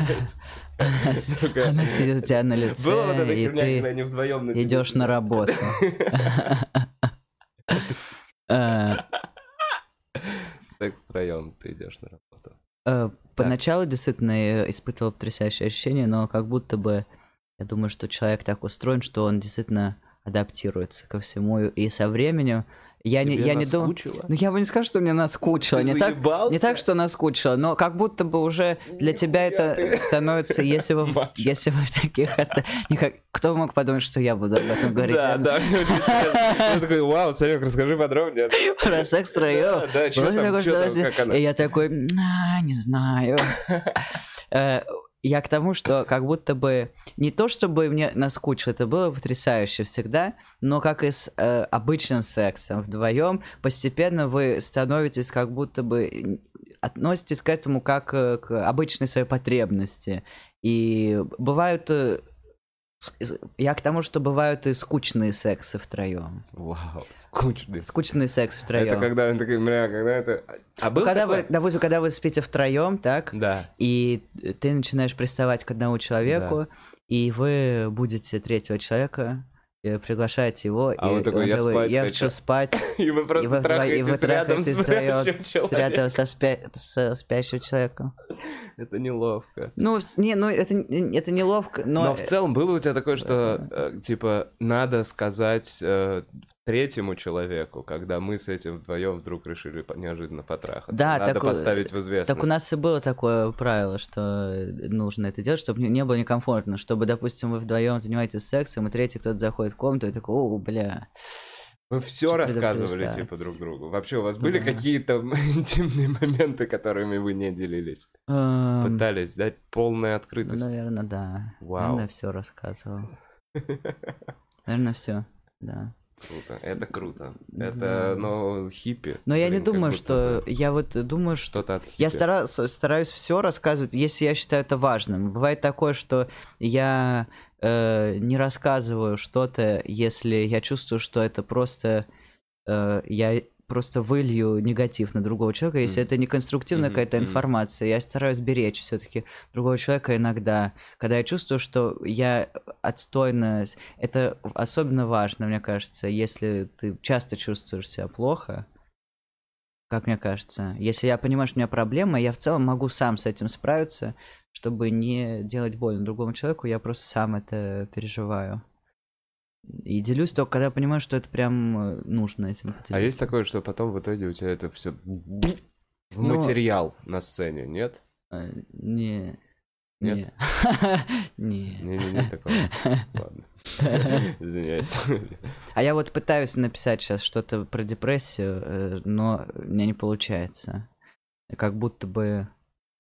Она сидит у тебя на лице, Было вот эта херня, когда они вдвоем на тебя идешь на работу. Секс втроем, ты идешь на работу. Поначалу действительно я испытывал потрясающее ощущение, но как будто бы я думаю, что человек так устроен, что он действительно адаптируется ко всему, и со временем Я Тебе не, я не думаю. наскучило? Ну, я бы не сказал, что мне наскучило. Ты Не так, заебался? не так, что наскучило, но как будто бы уже для тебя это становится, если вы, в- если вы в таких... это- никак- Кто мог подумать, что я буду об этом говорить? Да, а? да, мне очень интересно. Я такой, вау, Санек, расскажи подробнее. Про секс втроём. Да, да, чё Было там, такое, чё что там, если- как она? И я такой, «А, не знаю. Э, Я к тому, что как будто бы не то, чтобы мне наскучило, это было потрясающе всегда, но как и с э, обычным сексом вдвоем, постепенно вы становитесь как будто бы н- относитесь к этому как э, к обычной своей потребности. И бывают э, с- я к тому, что бывают и скучные сексы втроем. Вау, скучный. Скучный секс втроем. Это когда он такой, бля, когда это... А был когда такой? вы, допустим, когда вы спите втроем, так, Да. и ты начинаешь приставать к одному человеку, Да. и вы будете третьего человека, и приглашаете его, А и он такой, «Я спать я хочу». хочу спать, И вы и просто вы, вдво- и вы трахаетесь рядом с трахаетесь вдвоем спящим с человеком. рядом со, спя- со спящим человеком. Это неловко. Ну, с- не, ну это, не- это неловко, но... Но в целом было у тебя такое, что, э, типа, надо сказать э, третьему человеку, когда мы с этим вдвоем вдруг решили по- неожиданно потрахаться. Да, надо так, поставить в известность. Так у нас и было такое правило, что нужно это делать, чтобы не, не было некомфортно, чтобы, допустим, вы вдвоем занимаетесь сексом, и третий кто-то заходит в комнату и такой, о, бля. Вы все Что рассказывали, предупреждать. типа, друг другу. Вообще, у вас были Да. какие-то интимные моменты, которыми вы не делились? Эм, Пытались дать полную Ну, открытость? наверное, да. Вау. Наверное, все рассказывал. Наверное, все, да. Круто, это круто. Да. Это, ну, хиппи. Но я не Блин, как думаю, будто что... бы Я вот думаю, что... Что-то от хиппи. Я стараюсь, стараюсь все рассказывать, если я считаю это важным. Бывает такое, что я э, не рассказываю что-то, если я чувствую, что это просто... э, я просто вылью негатив на другого человека, если Мгм. это не конструктивная Мгм, какая-то мгм. информация. Я стараюсь беречь все-таки другого человека иногда. Когда я чувствую, что я отстойно... Это особенно важно, мне кажется, если ты часто чувствуешь себя плохо, как мне кажется. Если я понимаю, что у меня проблема, я в целом могу сам с этим справиться, чтобы не делать больно другому человеку, я просто сам это переживаю. И делюсь только, когда я понимаю, что это прям э, нужно этим поделиться. А есть такое, что потом в итоге у тебя это все в Ну- материал на сцене, нет? Э, Не... Нет? Не. Не. Не-не-не, такого. Ладно. Извиняюсь. А я вот пытаюсь написать сейчас что-то про депрессию, э, но у меня не получается. Как будто бы...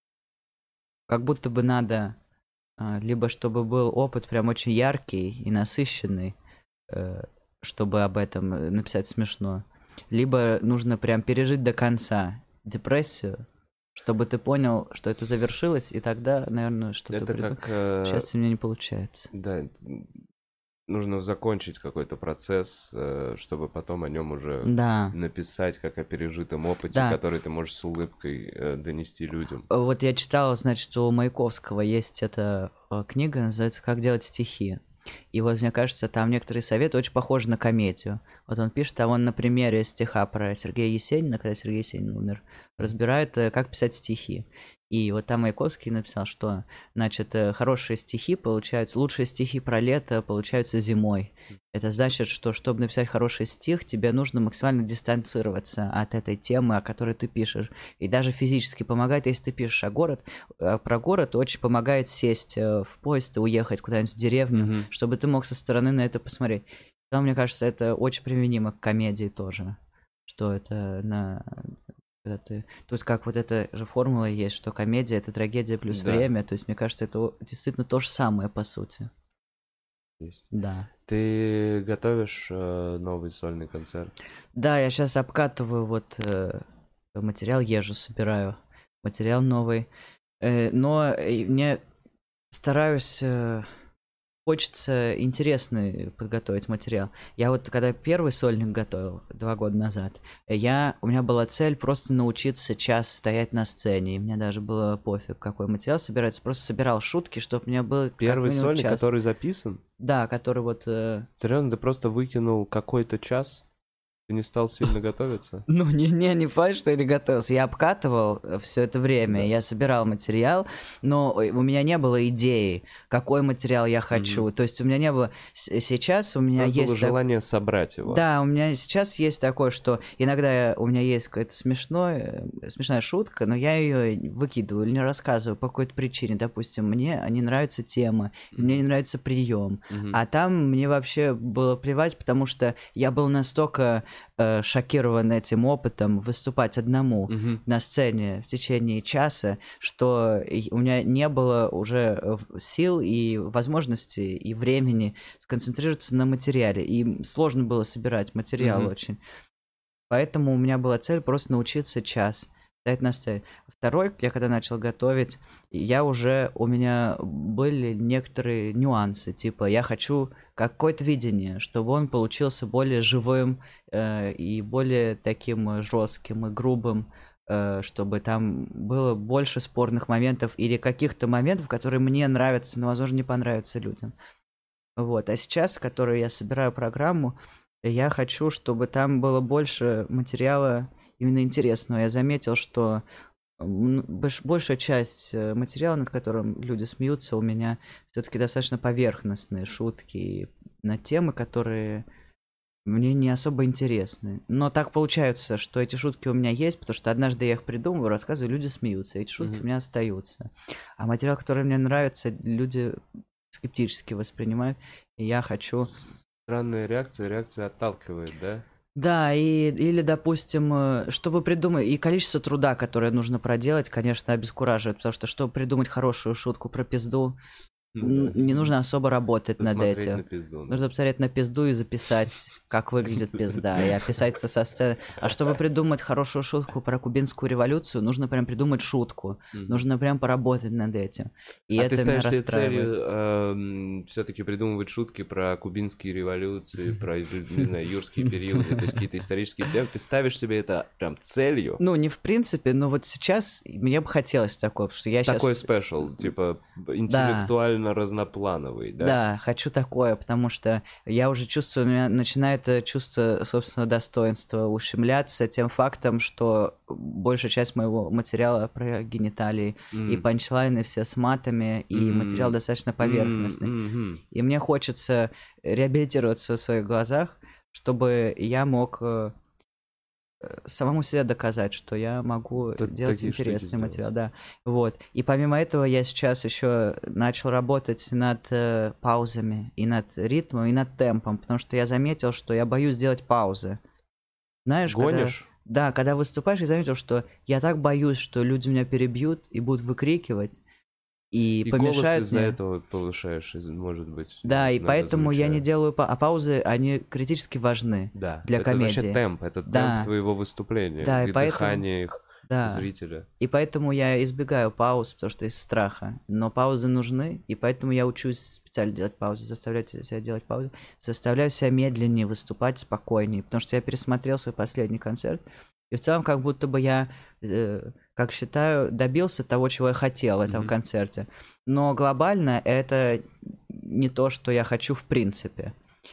Как будто бы надо... а, либо чтобы был опыт прям очень яркий и насыщенный, э, чтобы об этом э, написать смешно. Либо нужно прям пережить до конца депрессию, чтобы ты понял, что это завершилось, и тогда, наверное, что-то... Это приду- как... э, Сейчас у меня не получается. Да, это- нужно закончить какой-то процесс, э, чтобы потом о нем уже Да. написать как о пережитом опыте, Да. который ты можешь с улыбкой э, донести людям. Вот я читал, значит, у Маяковского есть эта э, книга, называется «Как делать стихи». И вот, мне кажется, там некоторые советы очень похожи на комедию. Вот он пишет, а он на примере стиха про Сергея Есенина, когда Сергей Есенин умер, разбирает, э, как писать стихи. И вот там Маяковский написал, что, значит, э, хорошие стихи получаются, лучшие стихи про лето получаются зимой. Это значит, что, чтобы написать хороший стих, тебе нужно максимально дистанцироваться от этой темы, о которой ты пишешь. И даже физически помогает, если ты пишешь о город, э, про город, очень помогает сесть э, в поезд и уехать куда-нибудь в деревню, Мгм. чтобы ты мог со стороны на это посмотреть. Там, мне кажется, это очень применимо к комедии тоже. Что это на... когда ты... То есть как вот эта же формула есть, что комедия — это трагедия плюс Да. время. То есть, мне кажется, это о- действительно то же самое, по сути. Есть. Да. Ты готовишь э, новый сольный концерт? Да, я сейчас обкатываю вот э, материал, езжу, собираю материал новый. Э, но э, мне стараюсь... э, хочется интересный подготовить материал. Я вот когда первый сольник готовил два года назад, я, у меня была цель просто научиться час стоять на сцене. И мне даже было пофиг, какой материал собирается. Просто собирал шутки, чтобы у меня был как Первый минимум сольник, час. который записан? Да, который вот... э, Серьезно, ты просто выкинул какой-то час? Ты не стал сильно готовиться? Ну, не, не, не факт, что я не готовился. Я обкатывал все это время, да. Я собирал материал, но у меня не было идеи, какой материал я хочу. Mm-hmm. То есть у меня не было... Сейчас у меня Просто есть... было желание так... собрать его. Да, у меня сейчас есть такое, что иногда я... у меня есть какая-то смешная, смешная шутка, но я ее выкидываю или не рассказываю по какой-то причине. Допустим, мне не нравится тема, mm-hmm. мне не нравится прием. Mm-hmm. А там мне вообще было плевать, потому что я был настолько... шокирован этим опытом выступать одному uh-huh. на сцене в течение часа, что у меня не было уже сил и возможности и времени сконцентрироваться на материале. И сложно было собирать материал uh-huh. очень. Поэтому у меня была цель просто научиться час. Стоять на сцене. Второй, я когда начал готовить, я уже, у меня были некоторые нюансы, типа я хочу какое-то видение, чтобы он получился более живым э, и более таким жестким и грубым, э, чтобы там было больше спорных моментов или каких-то моментов, которые мне нравятся, но, возможно, не понравятся людям. Вот. А сейчас, который я собираю программу, я хочу, чтобы там было больше материала именно интересного. Я заметил, что большая часть материала, над которым люди смеются, у меня все-таки достаточно поверхностные шутки на темы, которые мне не особо интересны. Но так получается, что эти шутки у меня есть, потому что однажды я их придумываю, рассказываю, люди смеются, эти шутки mm-hmm. у меня остаются. А материал, который мне нравится, люди скептически воспринимают, и я хочу... Странная реакция, реакция отталкивает, да? Да, и, или, допустим, чтобы придумать... И количество труда, которое нужно проделать, конечно, обескураживает, потому что, чтобы придумать хорошую шутку про пизду, ну, да. не нужно особо работать Посмотреть над этим. На пизду, да. Нужно посмотреть на пизду и записать, как выглядит пизда, и описать это со сцены. А чтобы придумать хорошую шутку про кубинскую революцию, нужно прям придумать шутку. Mm-hmm. Нужно прям поработать над этим. И а это ты ставишь меня себе целью э, все-таки придумывать шутки про кубинские революции, про, не знаю, юрские периоды, то есть какие-то исторические темы. Ты ставишь себе это прям целью? Ну, не в принципе, но вот сейчас мне бы хотелось такое, потому что я сейчас... Такой спешл, типа интеллектуально разноплановый, да? Да, хочу такое, потому что я уже чувствую, у меня начинает чувство собственного достоинства ущемляться тем фактом, что большая часть моего материала про гениталии mm. и панчлайны все с матами, и mm. материал достаточно поверхностный. Mm-hmm. И мне хочется реабилитироваться в своих глазах, чтобы я мог... самому себе доказать, что я могу Т- делать интересный материал, да. Вот. И помимо этого я сейчас еще начал работать над э, паузами, и над ритмом, и над темпом, потому что я заметил, что я боюсь делать паузы. Знаешь, Гонишь? Когда, да, когда выступаешь, я заметил, что я так боюсь, что люди меня перебьют и будут выкрикивать. И, и помешают голос из-за мне. этого повышаешь, может быть. Да, и поэтому звучать. Я не делаю... Па... А паузы, они критически важны да. для это комедии. Это вообще темп, это да. темп твоего выступления, да, и, и поэтому... дыхание их да. зрителя. И поэтому я избегаю пауз, потому что из страха. Но паузы нужны, и поэтому я учусь специально делать паузы, заставлять себя делать паузы, заставляю себя медленнее выступать, спокойнее, потому что я пересмотрел свой последний концерт, и в целом как будто бы я, э, как считаю, добился того, чего я хотел в этом mm-hmm. концерте. Но глобально это не то, что я хочу в принципе.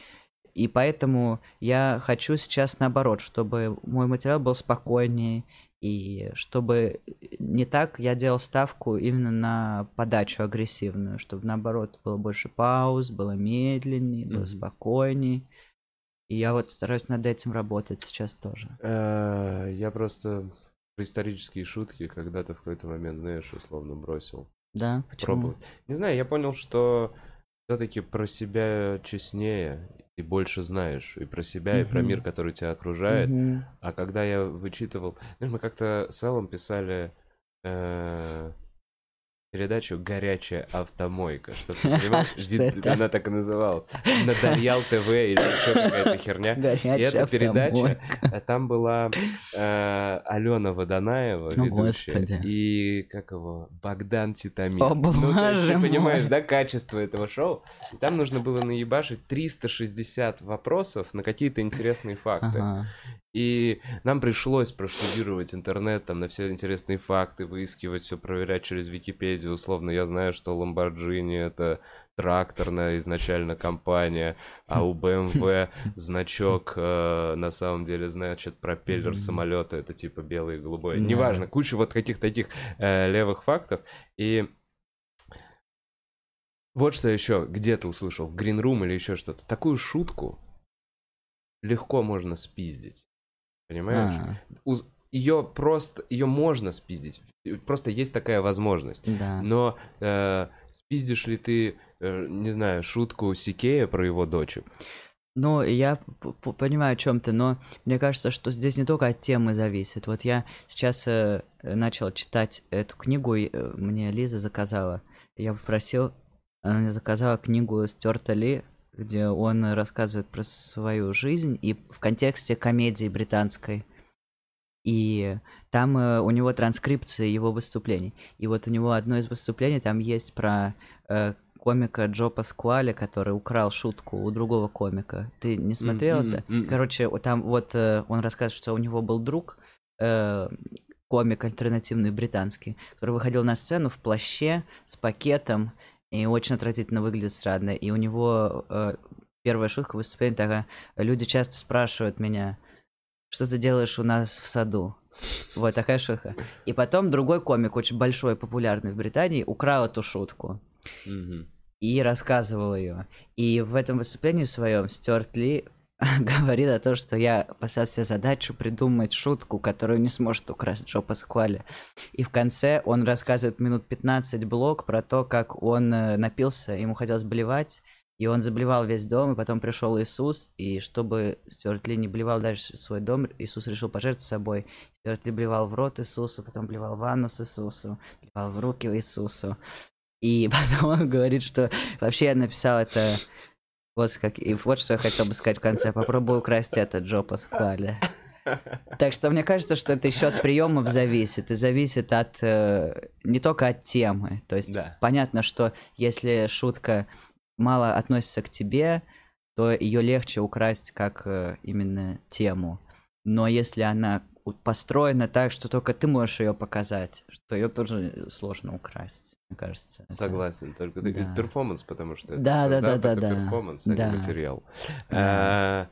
И поэтому я хочу сейчас наоборот, чтобы мой материал был спокойнее, и чтобы не так я делал ставку именно на подачу агрессивную, чтобы наоборот было больше пауз, было медленнее, было mm-hmm. спокойнее. И я вот стараюсь над этим работать сейчас тоже. Я просто про исторические шутки когда-то в какой-то момент, знаешь, условно бросил. Да, почему? Пробовать. Не знаю, я понял, что все-таки про себя честнее и больше знаешь. И про себя, uh-huh. и про мир, который тебя окружает. Uh-huh. А когда я вычитывал... Знаешь, мы как-то с Эллом писали... Э- передачу «Горячая автомойка». Что ты понимаешь? Вид... Она так и называлась. На Дарьял ТВ или еще какая-то херня. Горячая и эта автомойка. Передача, там была э, Алена Водонаева, ну, ведущая, Господи. и как его, Богдан Титамир. О, ну, то есть, ты мой. понимаешь, да, качество этого шоу? И там нужно было наебашить триста шестьдесят вопросов на какие-то интересные факты. Ага. И нам пришлось проштудировать интернет, там, на все интересные факты, выискивать, все проверять через Википедию. Условно, я знаю, что Ламборджини — это тракторная изначально компания, а у бэ эм вэ значок э, на самом деле значит пропеллер самолета, это типа белый и голубой. Да. Неважно, куча вот каких-то таких э, левых фактов. И вот что еще где-то услышал, в Green Room или еще что-то. Такую шутку легко можно спиздить. Понимаешь? А. Уз- Ее просто, ее можно спиздить. Просто есть такая возможность. Да. Но э, спиздишь ли ты, э, не знаю, шутку Сикея про его дочек? Ну, я п- п- понимаю о чем ты, но мне кажется, что здесь не только от темы зависит. Вот я сейчас э, начал читать эту книгу, и, э, мне Лиза заказала. Я попросил, она мне заказала книгу Стюарта Ли, где он рассказывает про свою жизнь и в контексте комедии британской. И там э, у него транскрипции его выступлений. И вот у него одно из выступлений там есть про э, комика Джо Паскуале, который украл шутку у другого комика. Ты не смотрел Mm, это? mm, mm. Короче, вот там вот э, он рассказывает, что у него был друг, э, комик альтернативный британский, который выходил на сцену в плаще с пакетом и очень отвратительно выглядит странно. И у него э, первая шутка выступления такая: люди часто спрашивают меня, что ты делаешь у нас в саду? Вот такая шутка. И потом другой комик, очень большой, популярный в Британии, украл эту шутку Мгм. и рассказывал ее. И в этом выступлении своем Стюарт Ли говорит о том, что я поставил себе задачу придумать шутку, которую не сможет украсть Джо Паскуале. И в конце он рассказывает минут пятнадцать блок про то, как он э, напился, ему хотелось блевать, и он заблевал весь дом, и потом пришел Иисус, и чтобы Стюарт Ли не блевал дальше свой дом, Иисус решил пожертвовать собой. Стюарт Ли блевал в рот Иисусу, потом блевал в анус Иисусу, блевал в руки Иисусу. И потом он говорит, что вообще я написал это... Вот, как... и вот что я хотел бы сказать в конце. Попробую украсть это, Джо Паскуале. Так что мне кажется, что это еще от приемов зависит. И зависит от... э, не только от темы. То есть Да. понятно, что если шутка мало относится к тебе, то ее легче украсть как э, именно тему. Но если она у- построена так, что только ты можешь ее показать, что ее тоже сложно украсть, мне кажется. Это- Согласен, только ты Да. перформанс, потому что это Да, да, стендап, да, это да, да. перформанс, а не Да. материал. Да.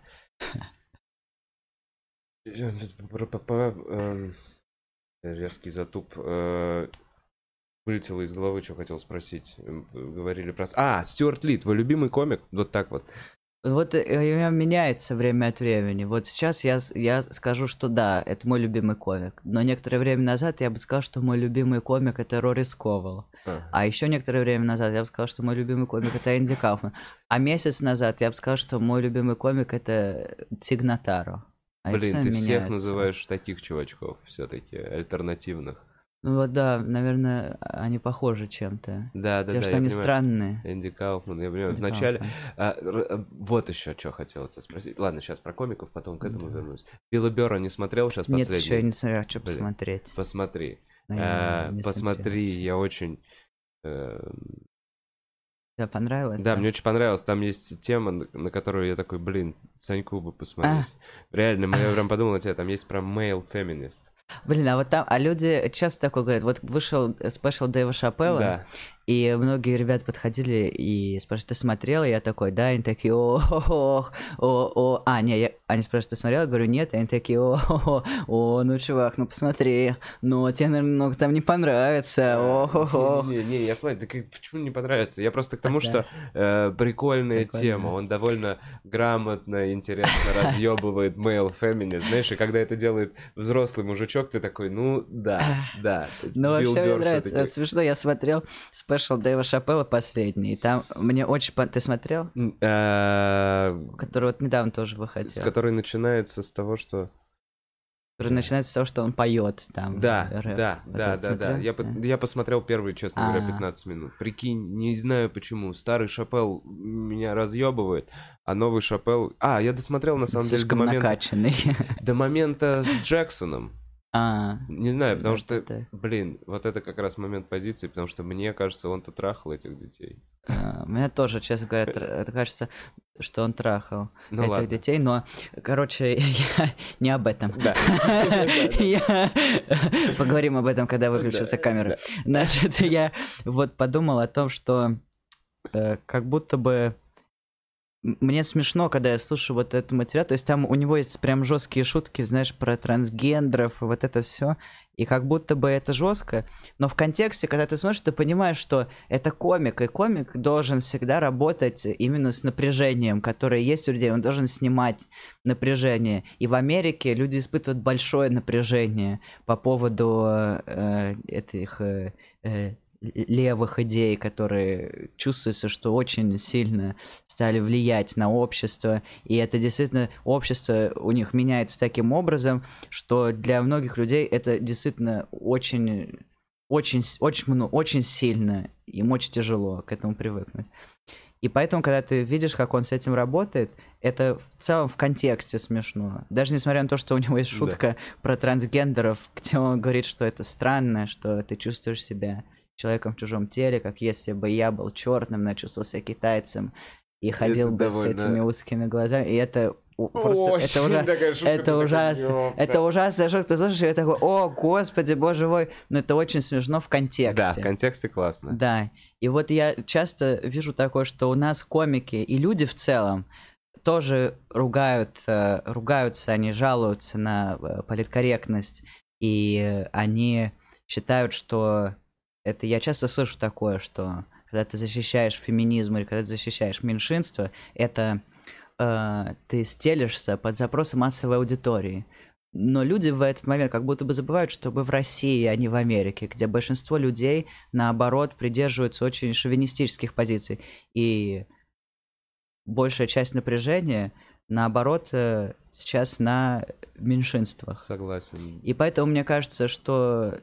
Э, про- по- по- эм, Резкий затуп. э, Вылетело из головы, что хотел спросить. М, Говорили про... А, Стюарт Ли, твой любимый комик? Вот так вот. Вот э, у меня меняется время от времени. Вот сейчас я, с- я скажу, что да, это мой любимый комик. Но некоторое время назад я бы сказал, что мой любимый комик это Рори Сковал. А. А еще некоторое время назад я бы сказал, что мой любимый комик это Энди Кауфман. А месяц назад я бы сказал, что мой любимый комик это Тиг Нотаро. А это Блин, ты постоянно всех меняется. называешь таких чувачков все-таки, альтернативных. Ну вот да, наверное, они похожи чем-то. Да, да, Тем, да, что я они понимаю. странные. Энди Кауфман, я понимаю. Энди Вначале... Кауфман. а, р- а, вот еще что хотел тебя спросить. Ладно, сейчас про комиков, потом к этому вернусь. Билла Берра не смотрел сейчас Нет, последний? еще я не смотрел, что Блин. посмотреть. Посмотри. Но я А, не Посмотри, смотрел. я очень... э, Тебе понравилось? Да, мне очень понравилось. Там есть тема, на на которую я такой, блин, Саньку бы посмотреть. Реально, мы- я прям подумал о тебе. Там есть про male feminist. Блин, а вот там, а люди часто такое говорят, вот вышел спешл Дэйва Шапелла, Да. и многие ребята подходили и спрашивают, ты смотрел? И я такой, да, и они такие, о, о, о, о, а, не, я... они спрашивают, ты смотрел? Я говорю, нет, и они такие, о, о, о, ну, чувак, ну, посмотри, ну, тебе, наверное, много там не понравится, о, о, о. Не, не, я в плане, так и почему не понравится? Я просто к тому, Да. что э, прикольная Прикольно. тема. Он довольно грамотно, интересно разъебывает male feminist. Знаешь, и когда это делает взрослый мужичок, ты такой, ну, да, да. Ну, Билл вообще, мне Берр нравится. всё-таки. Это смешно, я смотрел спешл Дэйва Шапелла последний, и там мне очень... пон- Ты смотрел? М, э, Который вот недавно тоже С выходил. которой начинается с того, что... Который начинается с того, что он поет там. Да, рэп. да, Вот да, это да, да. смотрел? Я, по- я посмотрел первые, честно говоря, А. пятнадцать минут. Прикинь, не знаю почему. Старый Шапел меня разъебывает, а новый Шапел... А, я досмотрел, на самом деле, до Слишком момента, накачанный. до момента с Джексоном. А, Не знаю, потому Да, что, да. блин, вот это как раз момент позиции, потому что мне кажется, он-то трахал этих детей. а, мне тоже, честно говоря, тр- это кажется, что он трахал Ну этих ладно. детей, но, короче, я не об этом. Да. Я- Поговорим об этом, когда выключится Да, камера. Значит, я вот подумал о том, что э, как будто бы мне смешно, когда я слушаю вот этот материал. То есть там у него есть прям жесткие шутки, знаешь, про трансгендеров и вот это все. И как будто бы это жестко. Но в контексте, когда ты смотришь, ты понимаешь, что это комик. И комик должен всегда работать именно с напряжением, которое есть у людей. Он должен снимать напряжение. И в Америке люди испытывают большое напряжение по поводу э, этих... Э, э, левых идей, которые чувствуется, что очень сильно стали влиять на общество, и это действительно общество у них меняется таким образом, что для многих людей это действительно очень, очень, очень, ну, очень сильно, им очень тяжело к этому привыкнуть. И поэтому, когда ты видишь, как он с этим работает, это в целом в контексте смешно. Даже несмотря на то, что у него есть шутка да. про трансгендеров, где он говорит, что это странно, что ты чувствуешь себя человеком в чужом теле, как если бы я был черным, но чувствовал себя китайцем и ходил это бы довольно... с этими узкими глазами, и это просто, это, ужа... шутка, это ужасно, это ужасная шутка, ты слушаешь, и я такой, о, господи, боже мой, но это очень смешно в контексте. Да, в контексте классно. Да, и вот я часто вижу такое, что у нас комики и люди в целом тоже ругают, ругаются, они жалуются на политкорректность, и они считают, что это я часто слышу такое, что когда ты защищаешь феминизм или когда ты защищаешь меньшинство, это э, ты стелишься под запросы массовой аудитории. Но люди в этот момент как будто бы забывают, что мы в России, а не в Америке, где большинство людей, наоборот, придерживаются очень шовинистических позиций. И большая часть напряжения, наоборот, э, сейчас на меньшинствах. Согласен. И поэтому мне кажется, что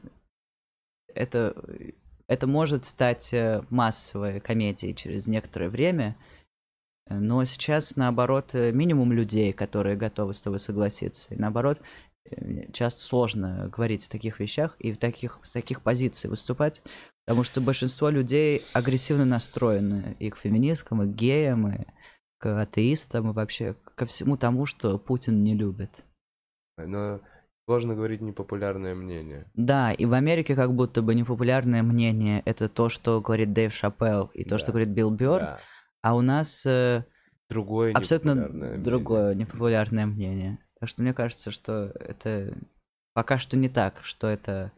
Это, это может стать массовой комедией через некоторое время, но сейчас, наоборот, минимум людей, которые готовы с тобой согласиться. И наоборот, часто сложно говорить о таких вещах и в таких, с таких позиций выступать, потому что большинство людей агрессивно настроены и к феминисткам, и к геям, и к атеистам, и вообще ко всему тому, что Путин не любит. Но... Сложно говорить непопулярное мнение. Да, и в Америке как будто бы непопулярное мнение — это то, что говорит Дэйв Шапелл, и то, да. что говорит Билл Бёрр, да. а у нас э, другое абсолютно непопулярное другое мнение. непопулярное мнение. Так что мне кажется, что это пока что не так, что это...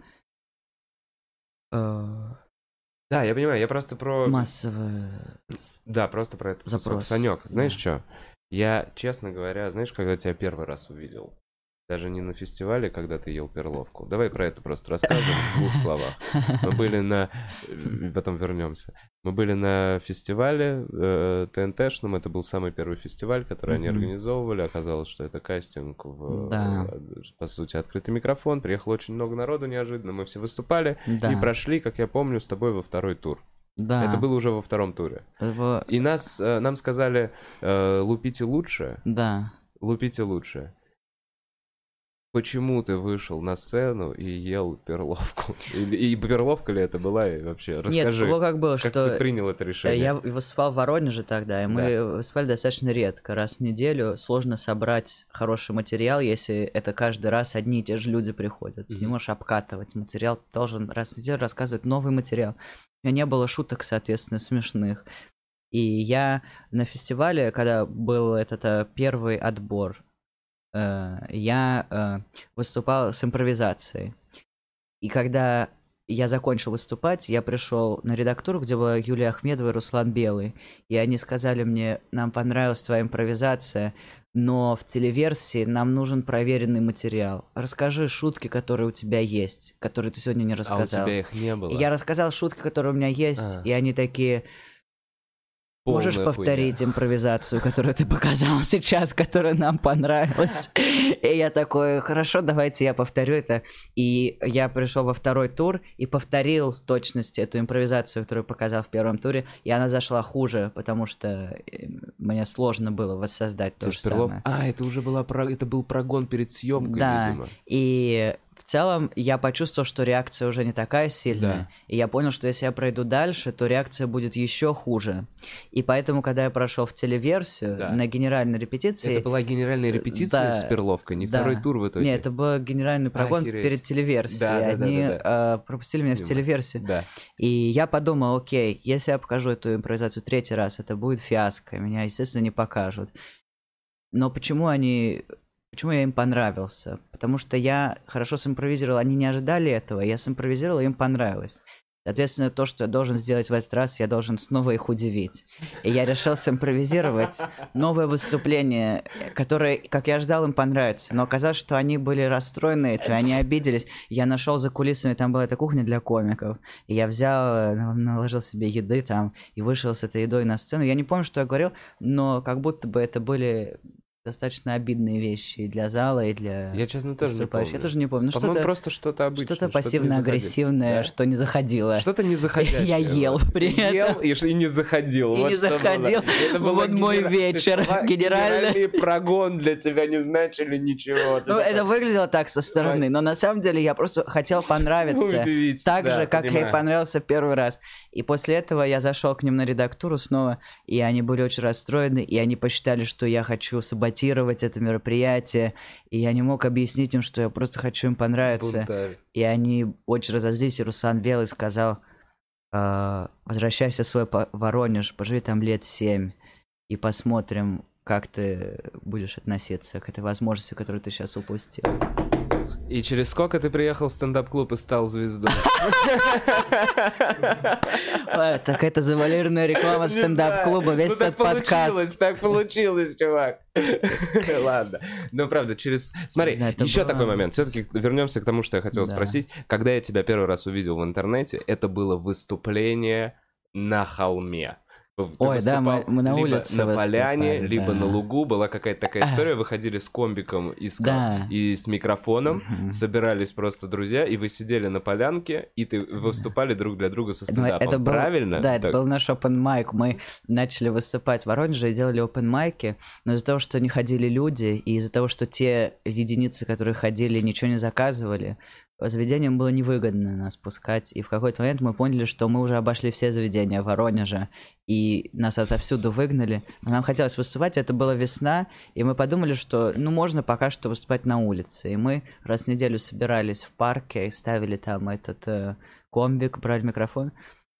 Э, да, я понимаю, я просто про... Массовое... Да, просто про это. Запрос. Санёк, знаешь да. что? Я, честно говоря, знаешь, когда тебя первый раз увидел? Даже не на фестивале, когда ты ел перловку. Давай про это просто расскажем в двух словах. Мы были на... Потом вернемся. Мы были на фестивале э, ТНТшном. Это был самый первый фестиваль, который mm-hmm. они организовывали. Оказалось, что это кастинг в... Да. По сути, открытый микрофон. Приехало очень много народу неожиданно. Мы все выступали. Да. И прошли, как я помню, с тобой во второй тур. Да. Это было уже во втором туре. Во... И нас, э, нам сказали, э, лупите лучше. Да. Лупите лучше. Почему ты вышел на сцену и ел перловку? И, и перловка ли это была? И вообще, расскажи, Нет, как было, как что ты принял это решение? Я выступал в Воронеже тогда, и мы да. выступали достаточно редко, раз в неделю. Сложно собрать хороший материал, если это каждый раз одни и те же люди приходят. Mm-hmm. Ты не можешь обкатывать материал, ты должен раз в неделю рассказывать новый материал. У меня не было шуток, соответственно, смешных. И я на фестивале, когда был этот первый отбор, я э, выступал с импровизацией. И когда я закончил выступать, я пришел на редактуру, где была Юлия Ахмедова и Руслан Белый. И они сказали мне, нам понравилась твоя импровизация, но в телеверсии нам нужен проверенный материал. Расскажи шутки, которые у тебя есть, которые ты сегодня не рассказал. А у тебя их не было? И я рассказал шутки, которые у меня есть, а. и они такие... Полная Можешь повторить хуйня. Импровизацию, которую ты показал сейчас, которая нам понравилась? И я такой, хорошо, давайте я повторю это. И я пришел во второй тур и повторил в точности эту импровизацию, которую показал в первом туре, и она зашла хуже, потому что мне сложно было воссоздать то, то же Перлов... самое. А, это уже была про... это был прогон перед съемкой, да. видимо. И в целом я почувствовал, что реакция уже не такая сильная. Да. И я понял, что если я пройду дальше, то реакция будет еще хуже. И поэтому, когда я прошел в телеверсию, да. на генеральной репетиции... Это была генеральная репетиция да. с Перловкой, не да. второй тур в итоге? Нет, это был генеральный прогон Охереть. перед телеверсией. Да, да, Они да, да, да. Э, пропустили Снима. меня в телеверсию. Да. И я подумал, окей, если я покажу эту импровизацию третий раз, это будет фиаско. Меня, естественно, не покажут. Но почему они... Почему я им понравился? Потому что я хорошо симпровизировал, они не ожидали этого, я симпровизировал, и им понравилось. Соответственно, то, что я должен сделать в этот раз, я должен снова их удивить. И я решил симпровизировать новое выступление, которое, как я ждал, им понравится. Но оказалось, что они были расстроены этим, они обиделись. Я нашел за кулисами, там была эта кухня для комиков. И я взял, наложил себе еды там и вышел с этой едой на сцену. Я не помню, что я говорил, но как будто бы это были... достаточно обидные вещи и для зала, и для... Я, честно, тоже не помню. Я тоже не помню. Ну, По-моему, что-то, просто что-то обычное. Что-то пассивно-агрессивное, что не заходило. Что-то не заходящее. Я ел при этом. Ел и, и не заходил. И вот не заходил. Вот генера... мой вечер. Генеральный... Генеральный прогон для тебя не значили ничего. Ну, это такой... выглядело так со стороны, но на самом деле я просто хотел понравиться. Удивить. Так да, же, как понимаю. я и понравился первый раз. И после этого я зашел к ним на редактуру снова, и они были очень расстроены, и они посчитали, что я хочу саботировать это мероприятие, и я не мог объяснить им, что я просто хочу им понравиться. Бунтарь. И они очень разозлились, и Руслан Белый сказал, э, возвращайся в свой Воронеж, поживи там лет семь, и посмотрим, как ты будешь относиться к этой возможности, которую ты сейчас упустил. И через сколько ты приехал в стендап-клуб и стал звездой? Так это завуалированная реклама стендап-клуба, весь этот подкаст. Так получилось, так получилось, чувак. Ладно. Ну, правда, через... Смотри, еще такой момент. Все-таки вернемся к тому, что я хотел спросить. Когда я тебя первый раз увидел в интернете, это было выступление на холме. Ты Ой, да, мы, мы на улице на поляне, либо да. на лугу. Была какая-то такая история. Выходили с комбиком и с, да. и с микрофоном. Mm-hmm. Собирались просто друзья, и вы сидели на полянке, и ты выступали друг для друга со стендапом. Это Правильно? Был, да, так. это был наш open mic. Мы начали выступать в Воронеже и делали open mic, но из-за того, что не ходили люди, и из-за того, что те единицы, которые ходили, ничего не заказывали, заведениям было невыгодно нас пускать, и в какой-то момент мы поняли, что мы уже обошли все заведения в Воронеже, и нас отовсюду выгнали. Но нам хотелось выступать, это была весна, и мы подумали, что ну можно пока что выступать на улице. И мы раз в неделю собирались в парке, ставили там этот э, комбик, брали микрофон,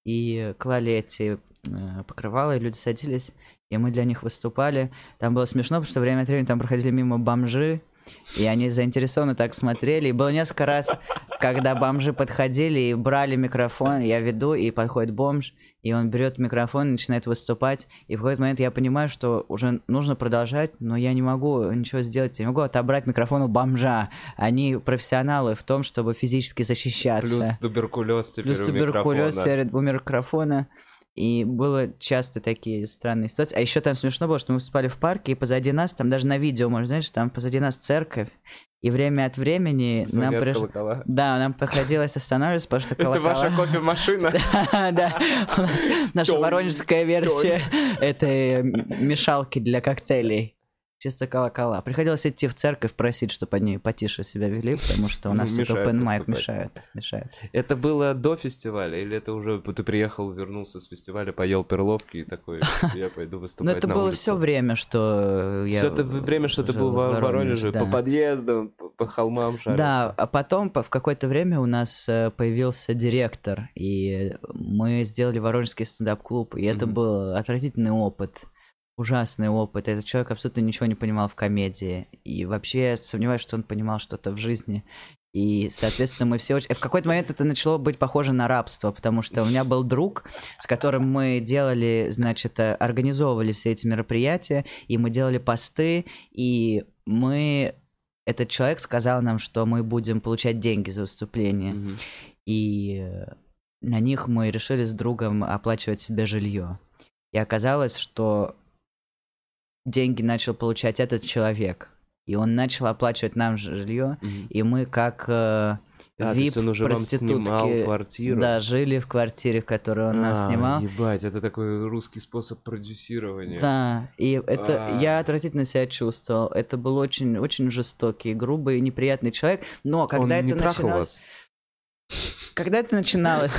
и клали эти э, покрывала, и люди садились, и мы для них выступали. Там было смешно, потому что время от времени там проходили мимо бомжи, и они заинтересованно так смотрели. И было несколько раз, когда бомжи подходили и брали микрофон, я веду, и подходит бомж, и он берет микрофон и начинает выступать. И в какой-то момент я понимаю, что уже нужно продолжать, но я не могу ничего сделать. Я не могу отобрать микрофон у бомжа. Они профессионалы в том, чтобы физически защищаться. Плюс туберкулез теперь Плюс у туберкулез микрофона. у микрофона. И было часто такие странные ситуации. А еще там смешно было, что мы выступали в парке, и позади нас, там даже на видео, можно знаешь, там позади нас церковь, и время от времени Звонят нам приш... колокола. Да, нам приходилось останавливаться, потому что колокола... Это ваша кофемашина? Да, да. У нас наша воронежская версия этой мешалки для коктейлей. Чисто колокола. Приходилось идти в церковь, просить, чтобы они потише себя вели, потому что у нас тут open mic мешает, мешает. Это было до фестиваля, или это уже ты приехал, вернулся с фестиваля, поел перловки и такой, я пойду выступать на улицу? Ну это было все время, что я... Все это время, что ты был в Воронеже, по подъездам, по холмам шарился. Да, а потом в какое-то время у нас появился директор, и мы сделали Воронежский стендап-клуб, и это был отвратительный опыт. Ужасный опыт. Этот человек абсолютно ничего не понимал в комедии. И вообще я сомневаюсь, что он понимал что-то в жизни. И, соответственно, мы все очень... В какой-то момент это начало быть похоже на рабство, потому что у меня был друг, с которым мы делали, значит, организовывали все эти мероприятия, и мы делали посты, и мы... Этот человек сказал нам, что мы будем получать деньги за выступление. Mm-hmm. И на них мы решили с другом оплачивать себе жилье. И оказалось, что деньги начал получать этот человек. И он начал оплачивать нам жилье, Мгм. и мы как э, А, то есть он уже вам снимал вип-проститутки, квартиру? да, жили в квартире, в которой он нас А, снимал. ебать, это такой русский способ продюсирования. Да, и это А. я отвратительно себя чувствовал. Это был очень, очень жестокий, грубый, неприятный человек. Но когда Он это не трахал начиналось, вас? когда это начиналось,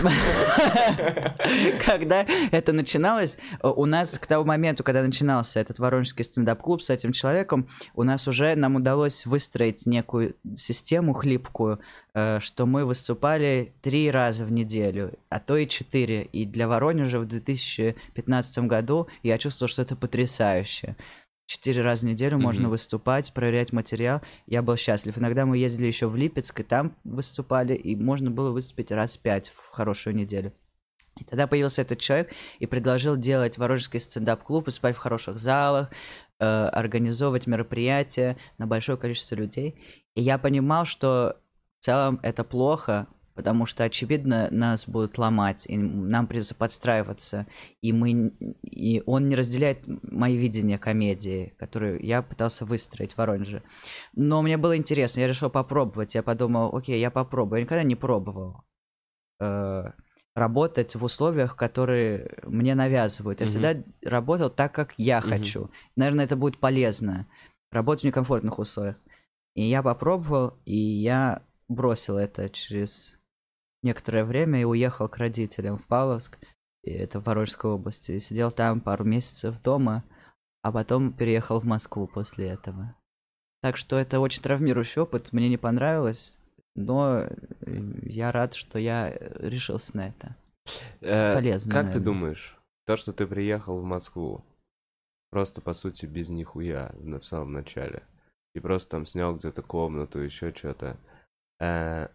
когда это начиналось, у нас к тому моменту, когда начинался этот воронежский стендап-клуб с этим человеком, у нас уже нам удалось выстроить некую систему хлипкую, э, что мы выступали три раза в неделю, а то и четыре. И для Воронежа в две тысячи пятнадцатом году я чувствовал, что это потрясающе. Четыре раза в неделю можно Мгм. выступать, проверять материал. Я был счастлив. Иногда мы ездили еще в Липецк, и там выступали, и можно было выступить раз пять в хорошую неделю. И тогда появился этот человек и предложил делать воронежский стендап-клуб, выступать в хороших залах, э, организовывать мероприятия на большое количество людей. И я понимал, что в целом это плохо, потому что, очевидно, нас будут ломать, и нам придется подстраиваться. И, мы, и он не разделяет мои видения комедии, которую я пытался выстроить в Воронеже. Но мне было интересно, я решил попробовать. Я подумал, окей, я попробую. Я никогда не пробовал э, работать в условиях, которые мне навязывают. Я Мгм. всегда работал так, как я Мгм. хочу. Наверное, это будет полезно. Работать в некомфортных условиях. И я попробовал, и я бросил это через некоторое время и уехал к родителям в Павловск, и это в Воронежской области. И сидел там пару месяцев дома, а потом переехал в Москву после этого. Так что это очень травмирующий опыт, мне не понравилось, но я рад, что я решился на это. Э, Полезно, Как ты наверное. думаешь, то, что ты приехал в Москву, просто, по сути, без нихуя на- в самом начале, и просто там снял где-то комнату, еще что-то, э,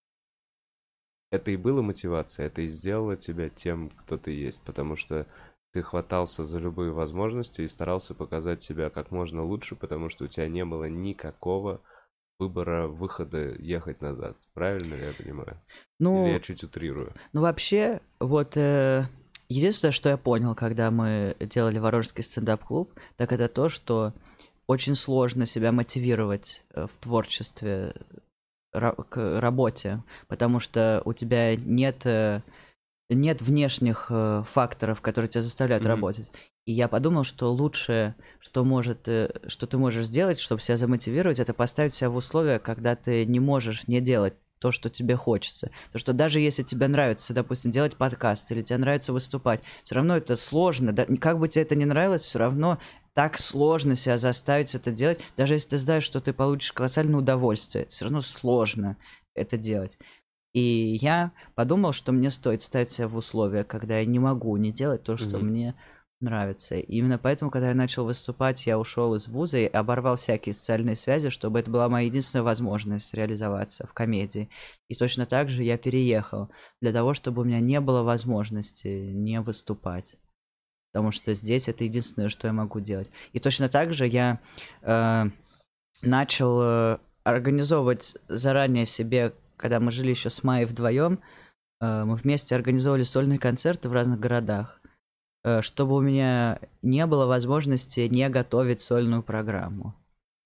это и было мотивация, это и сделало тебя тем, кто ты есть, потому что ты хватался за любые возможности и старался показать себя как можно лучше, потому что у тебя не было никакого выбора, выхода ехать назад. Правильно ли я понимаю? Ну, Или я чуть утрирую? ну вообще, вот э, единственное, что я понял, когда мы делали Воронежский стендап-клуб, так это то, что очень сложно себя мотивировать э, в творчестве ра- к работе, потому что у тебя нет, э, нет внешних э, факторов, которые тебя заставляют Мгм. работать. И я подумал, что лучшее, что, может, э, что ты можешь сделать, чтобы себя замотивировать, это поставить себя в условия, когда ты не можешь не делать то, что тебе хочется. То, что даже если тебе нравится, допустим, делать подкаст, или тебе нравится выступать, все равно это сложно. Да, как бы тебе это ни нравилось, все равно так сложно себя заставить это делать. Даже если ты знаешь, что ты получишь колоссальное удовольствие, все равно сложно это делать. И я подумал, что мне стоит ставить себя в условия, когда я не могу не делать то, что Мгм. мне нравится. И именно поэтому, когда я начал выступать, я ушел из вуза и оборвал всякие социальные связи, чтобы это была моя единственная возможность реализоваться в комедии. И точно так же я переехал для того, чтобы у меня не было возможности не выступать. Потому что здесь это единственное, что я могу делать. И точно так же я э, начал э, организовывать заранее себе, когда мы жили еще с Майей вдвоем, э, мы вместе организовывали сольные концерты в разных городах, э, чтобы у меня не было возможности не готовить сольную программу.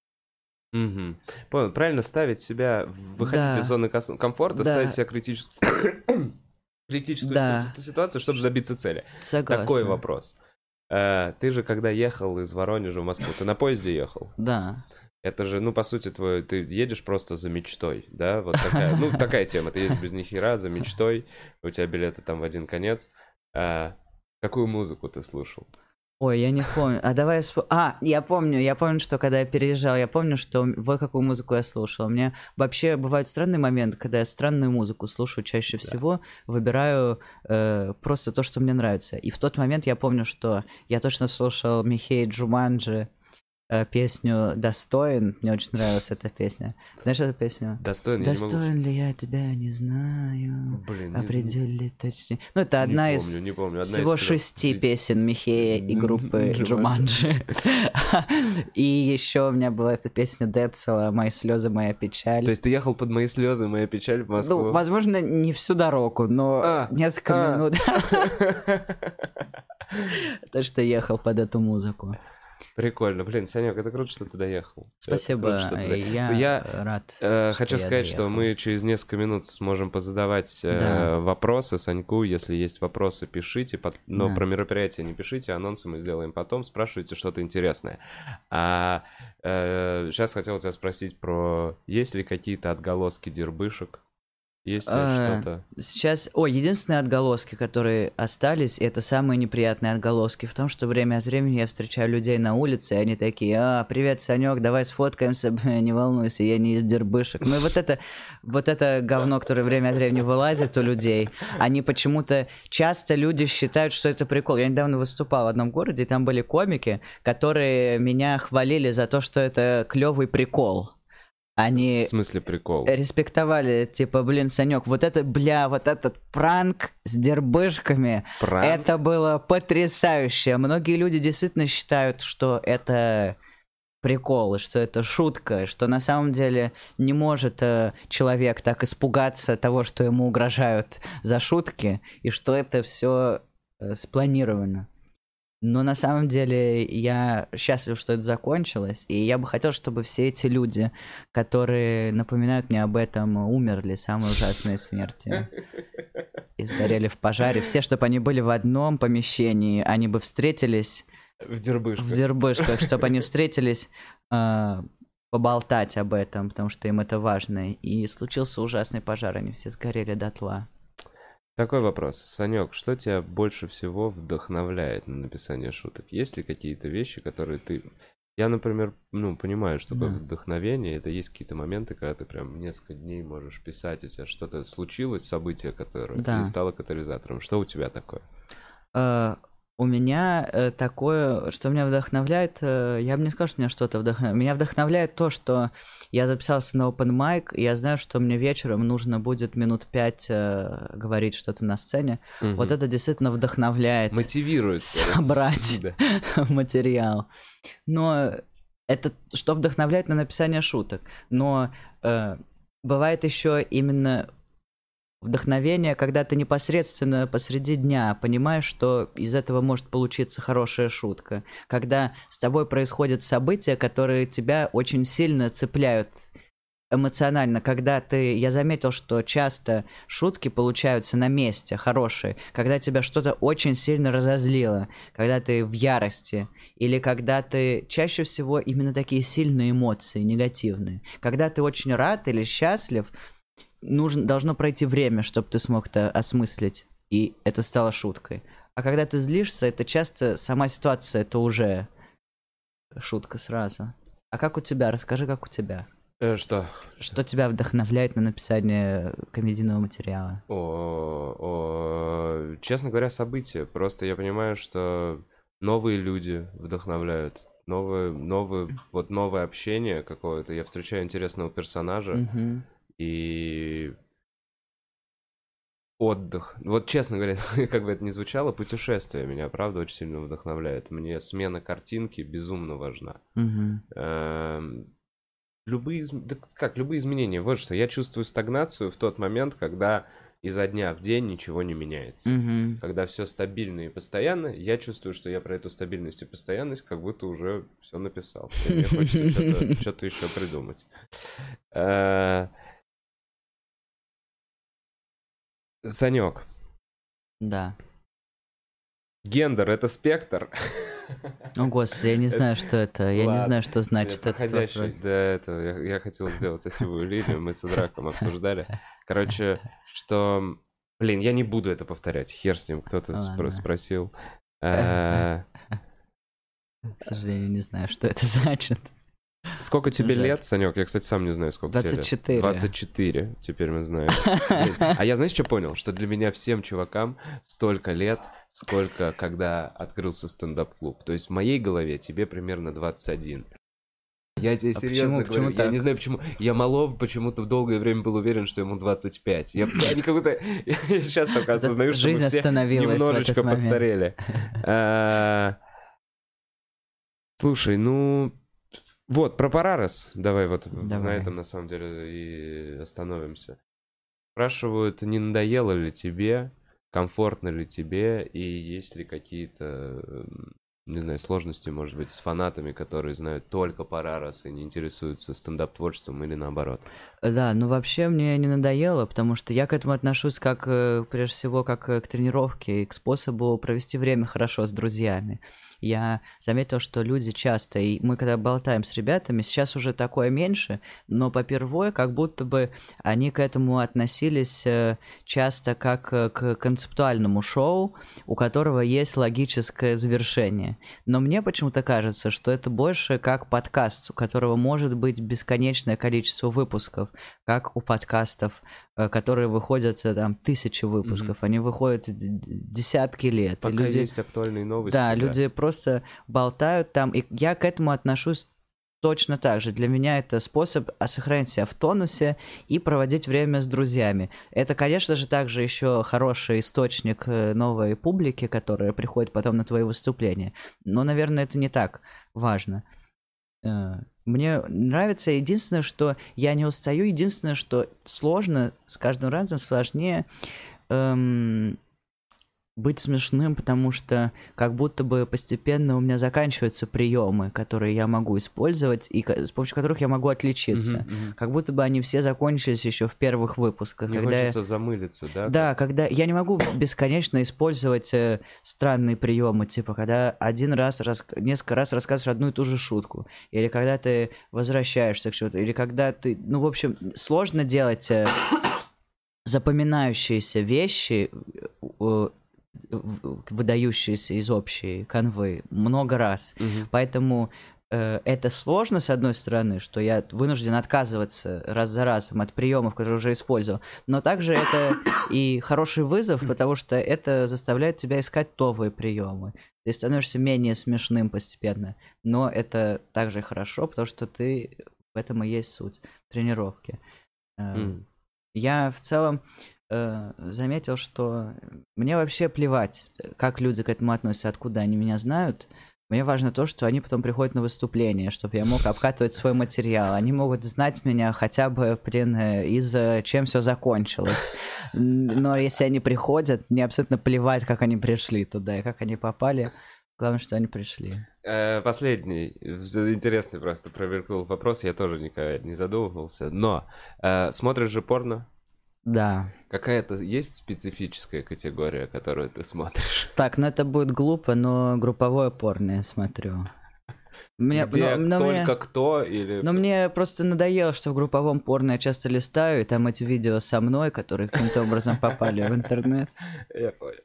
Мгм. Понял, правильно ставить себя, выходить Да. из зоны кос- комфорта, Да. ставить себя критическую, критическую Да. ситу- ситуацию, чтобы добиться цели. Согласен. Такой вопрос. Э, Ты же, когда ехал из Воронежа в Москву, ты на поезде ехал? Да. Это же, ну, по сути, твой, ты едешь просто за мечтой, да? Вот такая, ну, такая тема. Ты едешь без ни хера, за мечтой, у тебя билеты там в один конец. А, какую музыку ты слушал? Ой, я не помню. А давай я вспом- А, я помню, я помню, что когда я переезжал, я помню, что м- вот какую музыку я слушал. У меня вообще бывает странный момент, когда я странную музыку слушаю чаще всего, выбираю э, просто то, что мне нравится. И в тот момент я помню, что я точно слушал Михей Джуманджи, э, песню «Достоин». Мне очень нравилась эта песня. Знаешь эту песню? Достоин, я не могу... Достоин ли я тебя, не знаю. Блин, не- Определи точнее. Ну, это не одна помню, из не помню. Одна из всего трех. шести песен Михея и группы Джуманджи. Джуманджи. И еще у меня была эта песня Децела «Мои слезы, моя печаль». То есть ты ехал под мои слезы, моя печаль в Москву? Ну, возможно, не всю дорогу, но А, несколько а. минут. То, что ехал под эту музыку. Прикольно. Блин, Санек, это круто, что ты доехал. Спасибо, круто, что ты доехал. я, я рад. э, хочу я сказать, доехал. что мы через несколько минут сможем позадавать э, Да. вопросы Саньку. Если есть вопросы, пишите. Под... Но Да. про мероприятие не пишите, анонсы мы сделаем потом. Спрашивайте что-то интересное. А э, сейчас хотел тебя спросить про... Есть ли какие-то отголоски дербышек? Есть ли А, что-то? Сейчас, о, единственные отголоски, которые остались, это самые неприятные отголоски в том, что время от времени я встречаю людей на улице, и они такие: а, привет, Санек, давай сфоткаемся, не волнуйся, я не из дербышек. Ну и вот это, вот это говно, которое время от времени вылазит у людей, они почему-то, часто люди считают, что это прикол. Я недавно выступал в одном городе, и там были комики, которые меня хвалили за то, что это клевый прикол. Они В смысле прикол? респектовали, типа, блин, Санек, вот это, бля, вот этот пранк с дербышками, Пранк? это было потрясающе. Многие люди действительно считают, что это прикол, и что это шутка, что на самом деле не может э, человек так испугаться того, что ему угрожают за шутки, и что это все э, спланировано. Но на самом деле я счастлив, что это закончилось, и я бы хотел, чтобы все эти люди, которые напоминают мне об этом, умерли самой ужасной смерти и сгорели в пожаре. Все, чтобы они были в одном помещении, они бы встретились В дербышках. в дербышках, чтобы они встретились э, поболтать об этом, потому что им это важно. И случился ужасный пожар, они все сгорели дотла. Такой вопрос. Санек, что тебя больше всего вдохновляет на написание шуток? Есть ли какие-то вещи, которые ты... Я, например, ну, понимаю, что такое Да. вдохновение. Это есть какие-то моменты, когда ты прям несколько дней можешь писать, у тебя что-то случилось, событие, которое Да. и стало катализатором. Что у тебя такое? Э, У меня э, такое, что меня вдохновляет, э, я бы не сказал, что меня что-то вдохновляет. Меня вдохновляет то, что я записался на open mic, и я знаю, что мне вечером нужно будет минут пять э, говорить что-то на сцене. Мгм. Вот это действительно вдохновляет Мотивирует. собрать Да. материал. Но это что вдохновляет на написание шуток. Но э, бывает еще именно вдохновение, когда ты непосредственно посреди дня понимаешь, что из этого может получиться хорошая шутка. Когда с тобой происходят события, которые тебя очень сильно цепляют эмоционально. Когда ты... Я заметил, что часто шутки получаются на месте, хорошие. Когда тебя что-то очень сильно разозлило. Когда ты в ярости. Или когда ты... Чаще всего именно такие сильные эмоции, негативные. Когда ты очень рад или счастлив, нужно, должно пройти время, чтобы ты смог это осмыслить, и это стало шуткой. А когда ты злишься, это часто сама ситуация, это уже шутка сразу. А как у тебя? Расскажи, как у тебя. Э, что? Что тебя вдохновляет на написание комедийного материала? О, о, честно говоря, события. Просто я понимаю, что новые люди вдохновляют. Новое, новое, вот новое общение какое-то. Я встречаю интересного персонажа. Мгм. И отдых. Вот честно говоря, как бы это ни звучало, путешествие меня, правда, очень сильно вдохновляет. Мне смена картинки безумно важна. Мгм. Эм, Любые, изм- да как, любые изменения. Вот что, я чувствую стагнацию в тот момент, когда изо дня в день ничего не меняется. Мгм. Когда все стабильно и постоянно, я чувствую, что я про эту стабильность и постоянность как будто уже все написал. И мне хочется что-то что-то еще придумать. Э, Санек, Да. гендер — это спектр. О, господи, я не знаю, что это. Я не Ладно. знаю, что значит этот Проходящий, вопрос. да, это, я, я хотел сделать осевую линию, мы с Идраком обсуждали. Короче, что... Блин, я не буду это повторять, хер с ним, кто-то спро- Ладно. спросил. Э, К сожалению, не знаю, что это значит. Сколько тебе Жаль. лет, Санек? Я, кстати, сам не знаю, сколько тебе лет. двадцать четыре. двадцать четыре, теперь мы знаем. Блин, а я, знаешь, что понял? Что для меня всем чувакам столько лет, сколько, когда открылся стендап-клуб. То есть в моей голове тебе примерно двадцать один. Я тебе А серьезно почему? говорю, Почему я так? не знаю почему. Я Малов почему-то в долгое время был уверен, что ему двадцать пять. Я, я не как-то... Я сейчас только осознаю, что Жизнь мы все остановилась в немножечко этот момент. постарели. А, Слушай, ну... Вот, про Парарес. Давай вот на Давай. этом, на самом деле, и остановимся. Спрашивают, не надоело ли тебе, комфортно ли тебе, и есть ли какие-то... эм, не знаю, сложности, может быть, с фанатами, которые знают только Парарас и не интересуются стендап-творчеством или наоборот? Да, ну вообще мне не надоело, потому что я к этому отношусь как, э, прежде всего, как э, к тренировке и к способу провести время хорошо с друзьями. Я заметил, что люди часто, и мы когда болтаем с ребятами, сейчас уже такое меньше, но попервой как будто бы они к этому относились э, часто как э, к концептуальному шоу, у которого есть логическое завершение. Но мне почему-то кажется, что это больше как подкаст, у которого может быть бесконечное количество выпусков, как у подкастов, э, которые выходят э, там тысячи выпусков, mm-hmm. они выходят десятки лет. Пока и люди... есть актуальные новости. Да, да, люди просто болтают там, и я к этому отношусь точно так же. Для меня это способ сохранить себя в тонусе и проводить время с друзьями. Это, конечно же, также еще хороший источник новой публики, которая приходит потом на твои выступления. Но, наверное, это не так важно. Мне нравится. Единственное, что я не устаю, единственное, что сложно, с каждым разом сложнее эм, быть смешным, потому что как будто бы постепенно у меня заканчиваются приемы, которые я могу использовать и с помощью которых я могу отличиться. Uh-huh, uh-huh. Как будто бы они все закончились еще в первых выпусках. Не когда хочется я... замылиться, да? Да, когда я не могу бесконечно использовать э, странные приемы, типа когда один раз, рас... несколько раз рассказываешь одну и ту же шутку, или когда ты возвращаешься к чему-то, или когда ты, ну, в общем, сложно делать э, запоминающиеся вещи, э, выдающиеся из общей канвы много раз. Угу. Поэтому э, это сложно, с одной стороны, что я вынужден отказываться раз за разом от приемов, которые уже использовал, но также это и хороший вызов, потому что это заставляет тебя искать новые приемы. Ты становишься менее смешным постепенно, но это также хорошо, потому что ты в этом и есть суть тренировки. Mm. Я в целом э, заметил, что мне вообще плевать, как люди к этому относятся, откуда они меня знают. Мне важно то, что они потом приходят на выступление, чтобы я мог обкатывать свой материал. Они могут знать меня хотя бы, блин, из-за чем все закончилось. Но если они приходят, мне абсолютно плевать, как они пришли туда и как они попали. Главное, что они пришли. Последний, интересный просто провернул вопрос, я тоже никогда не задумывался. Но э, смотришь же порно? Да. Какая-то есть специфическая категория, которую ты смотришь? Так, ну это будет глупо, но групповое порно я смотрю. Мне, Где но, но только мне, кто или... Но мне просто надоело, что в групповом порно я часто листаю, и там эти видео со мной, которые каким-то образом попали в интернет. Я понял.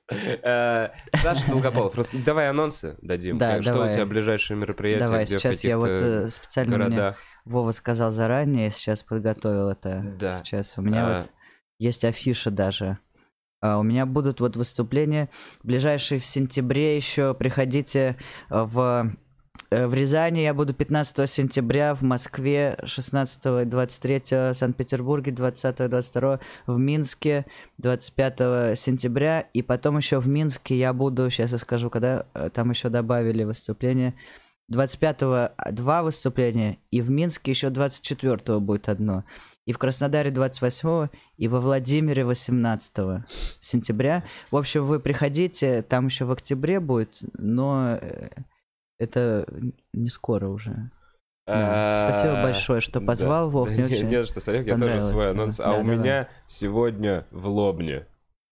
Саша Долгополов, давай анонсы дадим. Что у тебя ближайшие мероприятия? Давай, сейчас я вот специально мне Вова сказал заранее, сейчас подготовил это. Сейчас у меня вот есть афиша даже. У меня будут вот выступления ближайшие в сентябре еще. Приходите в... В Рязани я буду пятнадцатого сентября, в Москве шестнадцатого и двадцать третьего, в Санкт-Петербурге двадцатого и двадцать второго, в Минске двадцать пятого сентября, и потом еще в Минске я буду, сейчас я скажу, когда там еще добавили выступление, двадцать пятого два выступления, и в Минске еще двадцать четвёртого будет одно, и в Краснодаре двадцать восьмого, и во Владимире восемнадцатого сентября. В общем, вы приходите, там еще в октябре будет, но... Это не скоро уже. Да. Спасибо большое, что позвал, Вов. Мне очень не за что, Санек, я тоже свой анонс. А у меня сегодня в Лобне.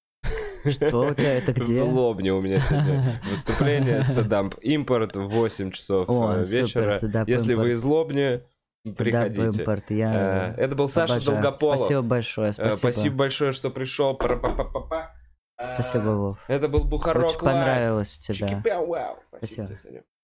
Что у тебя, это где? В Лобне у меня сегодня выступление, стендап импорт в восемь часов вечера. Если вы из Лобни, приходите. Это был Саша Долгополов. Спасибо большое. Спасибо большое, что пришел. Спасибо, Вов. Это был Бухарок. Очень понравилось тебе. Спасибо.